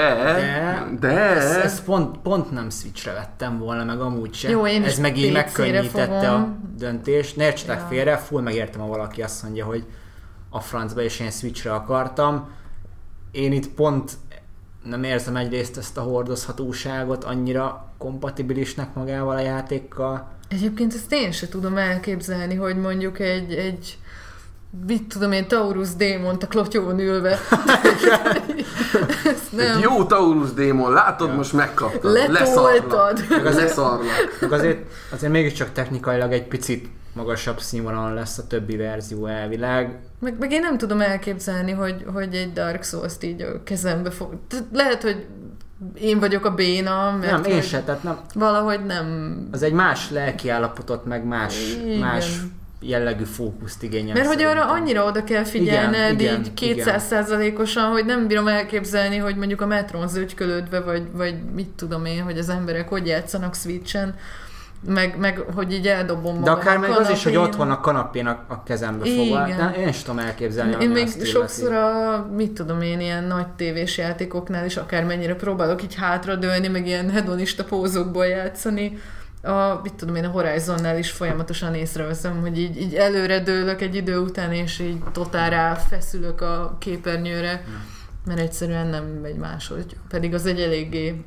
[SPEAKER 1] De...
[SPEAKER 2] Ez pont nem Switch-re vettem volna, meg amúgy sem.
[SPEAKER 3] Jó,
[SPEAKER 2] ez meg így megkönnyítette a döntést. Ne értsetek félre, full megértem, ha valaki azt mondja, hogy a francba és én Switch-re akartam. Én itt pont nem érzem egyrészt ezt a hordozhatóságot annyira kompatibilisnek magával a játékkal.
[SPEAKER 3] Egyébként ezt én se tudom elképzelni, hogy mondjuk egy mit tudom én, Taurus démont a klotyón ülve. Ezt
[SPEAKER 1] Egy jó Taurus démon, látod, most megkaptad.
[SPEAKER 3] Letoltad.
[SPEAKER 1] Leszarlak.
[SPEAKER 2] Azért mégiscsak technikailag egy picit magasabb színvonalon lesz a többi verzió elvileg.
[SPEAKER 3] Meg én nem tudom elképzelni, hogy egy Dark Souls-t így a kezembe fog... Lehet, hogy én vagyok a béna, mert...
[SPEAKER 2] Nem, én se, tehát nem...
[SPEAKER 3] Valahogy nem...
[SPEAKER 2] Az egy más lelkiállapotot, meg más jellegű fókuszt igényel.
[SPEAKER 3] Mert hogy arra annyira oda kell figyelned, így 200%-osan, hogy nem bírom elképzelni, hogy mondjuk a metrón zögykölődve, vagy mit tudom én, hogy az emberek hogy játszanak Switchen, meg hogy így eldobom magam.
[SPEAKER 2] De akár meg az is, hogy otthon a kanapén a kezembe fogva. Én is tudom elképzelni.
[SPEAKER 3] Én még sokszor mit tudom én, ilyen nagy tévés játékoknál is akármennyire próbálok így hátradőlni, meg ilyen hedonista pózokból játszani. Mit tudom én, a Horizonnál is folyamatosan észreveszem, hogy így előre dőlök egy idő után, és így totál ráfeszülök a képernyőre, mert egyszerűen nem megy máshogy. Pedig az egy eléggé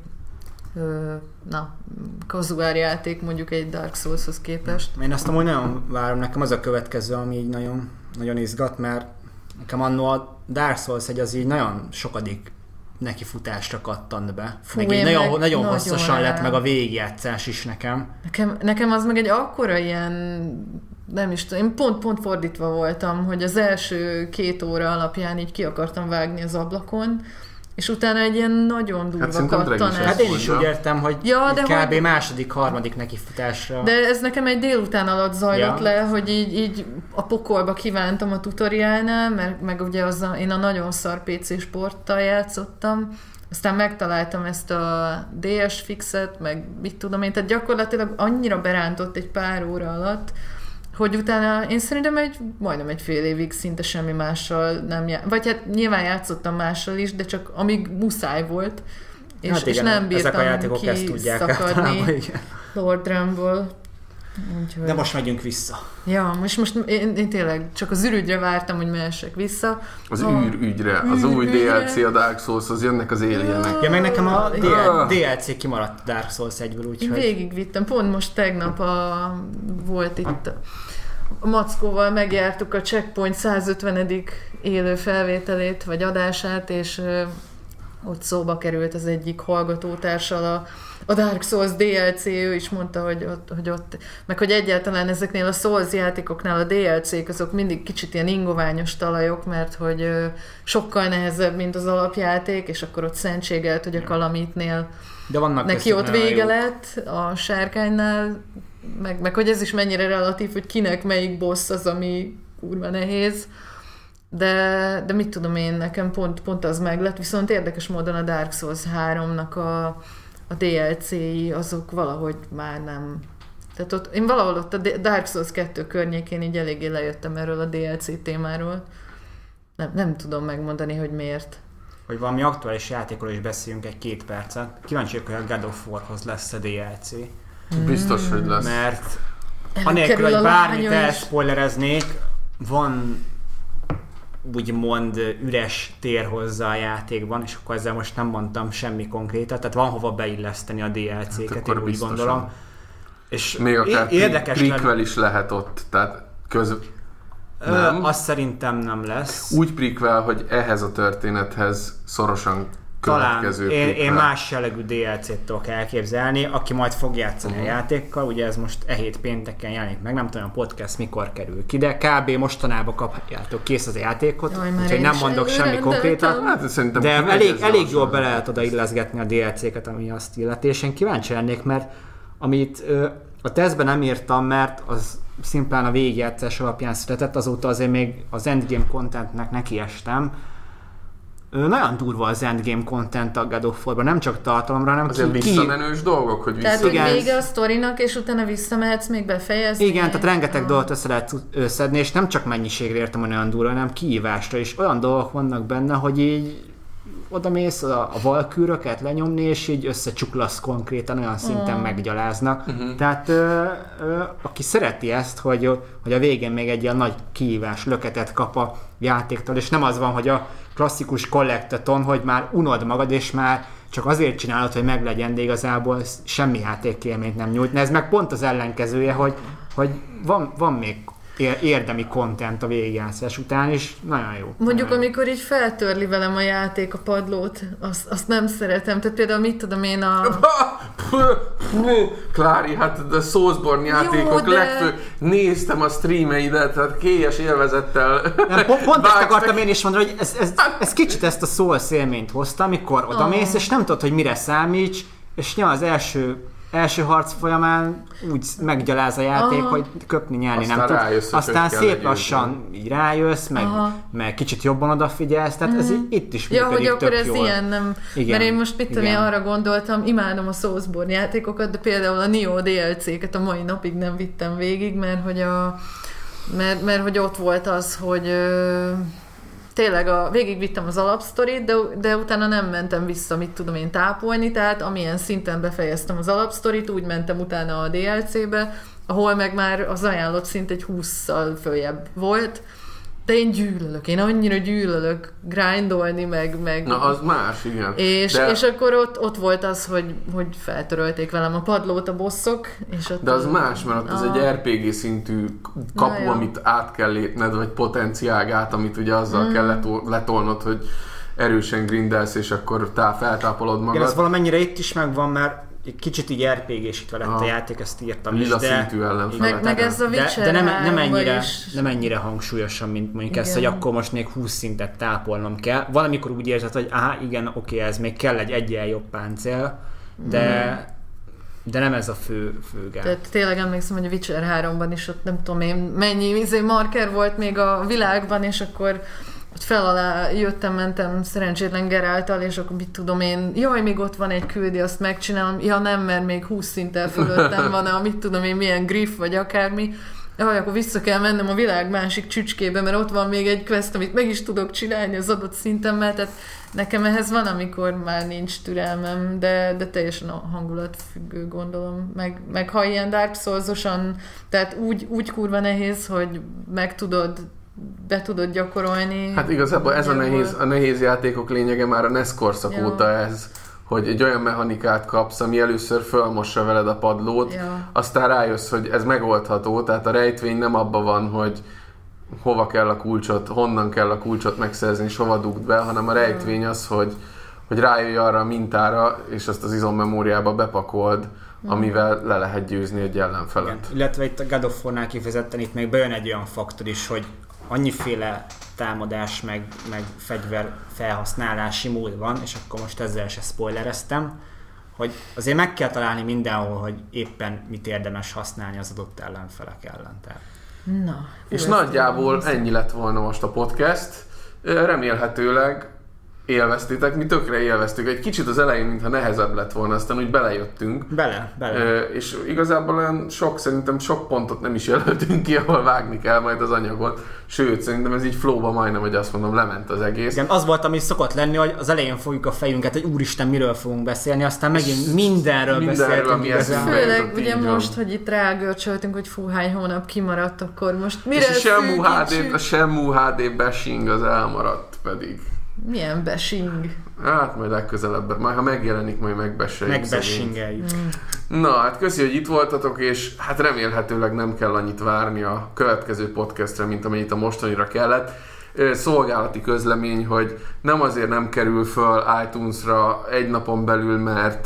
[SPEAKER 3] kazuár játék mondjuk egy Dark Souls-hoz képest.
[SPEAKER 2] Én azt amúgy nagyon várom, nekem az a következő, ami így nagyon, nagyon izgat, mert nekem annó a Dark Souls az így nagyon sokadik nekifutásra kattant be.
[SPEAKER 3] Fú,
[SPEAKER 2] meg így nagyon hosszasan lett meg a végigjátszás is nekem.
[SPEAKER 3] Nekem az meg egy akkora ilyen, nem is tudom, én pont fordítva voltam, hogy az első 2 óra alapján így ki akartam vágni az ablakon, és utána egy ilyen nagyon durva kattanás.
[SPEAKER 2] Hát én is úgy értem, hogy kb. Második, harmadik nekifutásra.
[SPEAKER 3] De ez nekem egy délután alatt zajlott le, hogy így a pokolba kívántam a tutoriálnál, meg ugye én a nagyon szar PC sporttal játszottam, aztán megtaláltam ezt a DS fixet, meg mit tudom én, tehát gyakorlatilag annyira berántott egy pár óra alatt, hogy utána én szerintem majdnem egy fél évig szinte semmi mással nem vagy hát nyilván játszottam mással is, de csak amíg muszáj volt, és nem bírtam kiszakadni Lord Rumble. Úgyhogy...
[SPEAKER 2] De most megyünk vissza.
[SPEAKER 3] Ja, most én tényleg csak az ürügyre vártam, hogy mehessek vissza.
[SPEAKER 1] Az űrügyre, az új DLC a Dark Souls-hoz jönnek az alienek.
[SPEAKER 2] Ja, meg nekem a DLC kimaradt Dark Souls 1-ből, úgyhogy...
[SPEAKER 3] Végigvittem, pont most tegnap volt itt a Mackóval megjártuk a Checkpoint 150. élő felvételét, vagy adását, és ott szóba került az egyik hallgatótársal a Dark Souls DLC, ő is mondta, hogy ott, meg hogy egyáltalán ezeknél a Souls játékoknál a DLC-k azok mindig kicsit ilyen ingoványos talajok, mert hogy sokkal nehezebb, mint az alapjáték, és akkor ott szentségelt, hogy a Kalamitnél neki ott vége lett, a Sárkánynál, meg hogy ez is mennyire relatív, hogy kinek melyik boss az, ami kurva nehéz. De mit tudom én, nekem pont az meg lett, viszont érdekes módon a Dark Souls 3-nak a DLC-i azok valahogy már nem... Tehát én valahol ott a Dark Souls 2 környékén így eléggé lejöttem erről a DLC témáról. Nem tudom megmondani, hogy miért.
[SPEAKER 2] Hogy valami aktuális játékról is beszéljünk egy 2 percet. Kíváncsiak, hogy a God of War-hoz lesz a DLC.
[SPEAKER 1] Biztos, hogy lesz.
[SPEAKER 2] Mert anélkül, hogy bármit elspoilereznék, van úgymond üres tér hozzá a játékban, és akkor ezzel most nem mondtam semmi konkrétat, tehát van hova beilleszteni a DLC-ket, hát én úgy gondolom. És
[SPEAKER 1] még akár prequel is lehet ott, tehát nem?
[SPEAKER 2] Azt szerintem nem lesz.
[SPEAKER 1] Úgy prequel, hogy ehhez a történethez szorosan következő
[SPEAKER 2] talán én más jellegű DLC-t tudok elképzelni, aki majd fog játszani a játékkal, ugye ez most hét pénteken jelenik meg, nem tudom a podcast mikor kerül ki, de kb. Mostanában kapjátok kész az a játékot, úgyhogy nem mondok semmi konkrétat,
[SPEAKER 1] hát,
[SPEAKER 2] de elég jól be lehet oda illeszgetni a DLC-ket, ami azt illeti, és én kíváncsi lennék, mert amit a tesztben nem írtam, mert az szimplán a végigjátszás alapján született, azóta azért még az endgame contentnek nekiestem. Nagyon durva az endgame content a God of War-ban, nem csak tartalomra, hanem
[SPEAKER 1] azért visszamenős dolgok, hogy
[SPEAKER 3] Tehát, hogy vége a sztorinak, és utána visszamehetsz még befejezni.
[SPEAKER 2] Igen, tehát rengeteg dolgot össze lehet szedni, és nem csak mennyiségre értem, hogy olyan durva, hanem kihívásra is. Olyan dolgok vannak benne, hogy így odamész a valkűröket lenyomni, és így összecsuklasz konkrétan, olyan szinten meggyaláznak. Tehát aki szereti ezt, hogy a végén még egy ilyen nagy kihívás, löketet kap a játéktól, és nem az van, hogy a klasszikus collectathon, hogy már unod magad, és már csak azért csinálod, hogy meglegyen, de igazából semmi játékélményt nem nyújt. Ez meg pont az ellenkezője, hogy van még érdemi content a végigjátszás után, és nagyon jó.
[SPEAKER 3] Mondjuk, amikor így feltörli velem a játék a padlót, azt nem szeretem. Tehát például mit tudom én
[SPEAKER 1] Klári, hát a Soulsborne játékok
[SPEAKER 3] Jó, de...
[SPEAKER 1] néztem a streameidet, tehát kélyes élvezettel.
[SPEAKER 2] Pont ezt akartam én is mondani, hogy ez kicsit ezt a Souls élményt hozta, amikor odamész, és nem tudod, hogy mire számíts, és az első harc folyamán úgy meggyaláz a játék, hogy köpni, nyelni nem tud. Aztán szép lassan így rájössz, meg kicsit jobban odafigyelsz, tehát ez itt is működik
[SPEAKER 3] hogy akkor
[SPEAKER 2] tök
[SPEAKER 3] ez
[SPEAKER 2] jól.
[SPEAKER 3] ilyen nem...
[SPEAKER 2] Igen,
[SPEAKER 3] mert én most én arra gondoltam, imádom a Soulsborne játékokat, de például a Nioh DLC-ket a mai napig nem vittem végig, mert hogy ott volt az, hogy... tényleg végigvittem az alapsztorit, de utána nem mentem vissza, mit tudom én tápolni, tehát amilyen szinten befejeztem az alapsztorit, úgy mentem utána a DLC-be, ahol meg már az ajánlott szint egy 20-szal följebb volt, de én annyira gyűlölök grindolni, meg...
[SPEAKER 1] Na, az más, igen.
[SPEAKER 3] És akkor ott volt az, hogy feltörölték velem a padlót a bosszok, és ott...
[SPEAKER 1] De az más, mert ott az egy RPG szintű kapu, amit át kell lépned, vagy potenciálgát, amit ugye azzal kell letolnod, hogy erősen grindelsz, és akkor feltápolod magad.
[SPEAKER 2] Igen, ez valamennyire itt is megvan, mert egy kicsit így RPG-sítve lett a játék, ezt írtam is,
[SPEAKER 1] de... szintű ellenfelek.
[SPEAKER 3] Meg ez a Witcher
[SPEAKER 2] de nem ennyire hangsúlyosan, mint mondjuk ezt, hogy akkor most még 20 szintet tápolnom kell. Valamikor úgy érzed, hogy igen, oké, ez még kell egy egyen jobb páncél, de nem ez a fő gát.
[SPEAKER 3] Tehát tényleg emlékszem, hogy a Witcher 3-ban is ott nem tudom én mennyi marker volt még a világban, és akkor ott fel alá mentem szerencsétlen Gerálttal, és akkor mit tudom én, még ott van egy küldi, azt megcsinálom, nem, mert még 20 szinttel fölöttem van, mit tudom én, milyen griff, vagy akármi, akkor vissza kell mennem a világ másik csücskébe, mert ott van még egy quest, amit meg is tudok csinálni az adott szintemmel, tehát nekem ehhez van, amikor már nincs türelmem, de teljesen a hangulat függő, gondolom. Meg ha ilyen Dark Souls-osan, tehát úgy kurva nehéz, hogy be tudod gyakorolni.
[SPEAKER 1] Hát igazából ez a nehéz játékok lényege már a NES korszak óta ez, hogy egy olyan mechanikát kapsz, ami először fölmossa veled a padlót, aztán rájössz, hogy ez megoldható, tehát a rejtvény nem abban van, hogy hova kell a kulcsot, honnan kell a kulcsot megszerzni, és hova dugd be, hanem a rejtvény az, hogy rájöjj arra a mintára, és azt az izommemóriába bepakold, amivel le lehet győzni egy ellenfelet.
[SPEAKER 2] Igen. Illetve itt a God of War-nál kifejezetten itt még bejön egy olyan faktor is, hogy annyiféle támadás, meg fegyver felhasználási mód van, és akkor most ezzel se spoilereztem, hogy azért meg kell találni mindenhol, hogy éppen mit érdemes használni az adott ellenfelek ellen. Tehát.
[SPEAKER 3] Na,
[SPEAKER 1] és nagyjából ennyi lett volna most a podcast. Remélhetőleg élveztétek, mi tökre élveztük. Egy kicsit az elején, mintha nehezebb lett volna, aztán úgy belejöttünk.
[SPEAKER 2] Bele.
[SPEAKER 1] És igazából olyan szerintem sok pontot nem is jelöltünk ki, ahol vágni kell majd az anyagot. Sőt, szerintem ez így flowba majdnem, hogy azt mondom, lement az egész.
[SPEAKER 2] Igen, az volt, ami szokott lenni, hogy az elején fogjuk a fejünket, hogy úristen, miről fogunk beszélni, aztán megint mindenről beszéltünk.
[SPEAKER 3] Főleg ugye most, hogy itt rágörcsöltünk, hogy hány hónap kimaradt, akkor most mire
[SPEAKER 1] és a Shenmue HD bashing az elmaradt pedig.
[SPEAKER 3] Milyen bashing?
[SPEAKER 1] Hát majd legközelebb, majd ha megjelenik, majd
[SPEAKER 2] megbashingeljük.
[SPEAKER 1] Na, hát köszi, hogy itt voltatok, és hát remélhetőleg nem kell annyit várni a következő podcastre, mint amennyit a mostanira kellett. Szolgálati közlemény, hogy nem azért nem kerül föl iTunes-ra egy napon belül,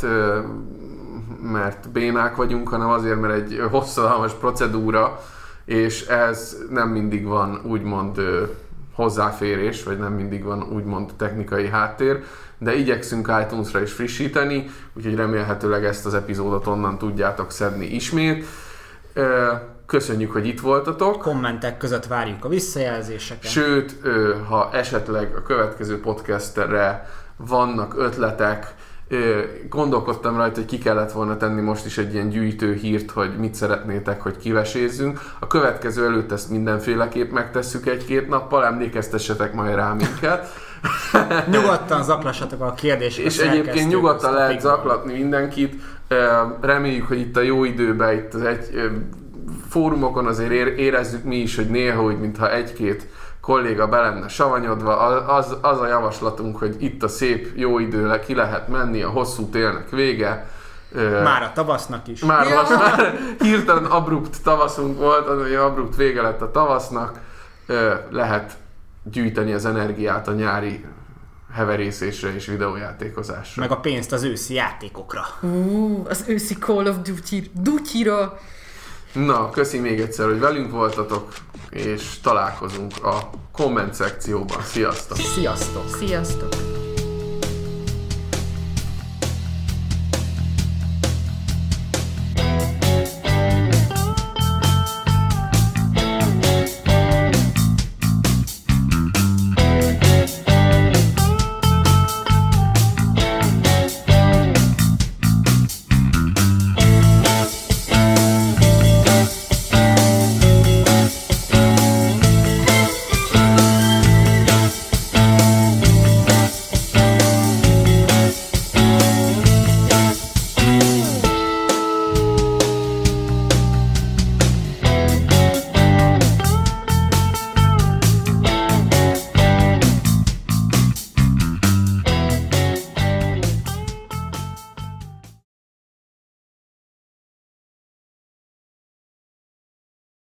[SPEAKER 1] mert bénák vagyunk, hanem azért, mert egy hosszadalmas procedúra, és ez nem mindig van úgymond hozzáférés, vagy nem mindig van úgymond technikai háttér, de igyekszünk iTunes-ra is frissíteni, úgyhogy remélhetőleg ezt az epizódot onnan tudjátok szedni ismét. Köszönjük, hogy itt voltatok.
[SPEAKER 2] Kommentek között várjuk a visszajelzéseket.
[SPEAKER 1] Sőt, ha esetleg a következő podcastre vannak ötletek, gondolkodtam rajta, hogy ki kellett volna tenni most is egy ilyen gyűjtő hírt, hogy mit szeretnétek, hogy kivesézzünk. A következő előtt ezt mindenféleképp megtesszük egy-két nappal, emlékeztessetek majd rá minket.
[SPEAKER 2] Nyugodtan zaklassatok a kérdéseket.
[SPEAKER 1] És egyébként nyugodtan lehet zaklatni mindenkit. Reméljük, hogy itt a jó időben, itt az fórumokon azért érezzük mi is, hogy néha úgy, mintha egy-két kolléga be lenne savanyodva, az a javaslatunk, hogy itt a szép jó idő, ki lehet menni, a hosszú télnek vége,
[SPEAKER 2] Már a tavasznak is.
[SPEAKER 1] Már hirtelen abrupt tavaszunk volt, abrupt vége lett a tavasznak, lehet gyűjteni az energiát a nyári heverészésre és videójátékozásra.
[SPEAKER 2] Meg a pénzt az őszi játékokra.
[SPEAKER 3] Az őszi Call of Duty-ra.
[SPEAKER 1] Na, köszi még egyszer, hogy velünk voltatok, és találkozunk a komment szekcióban. Sziasztok!
[SPEAKER 2] Sziasztok!
[SPEAKER 3] Sziasztok!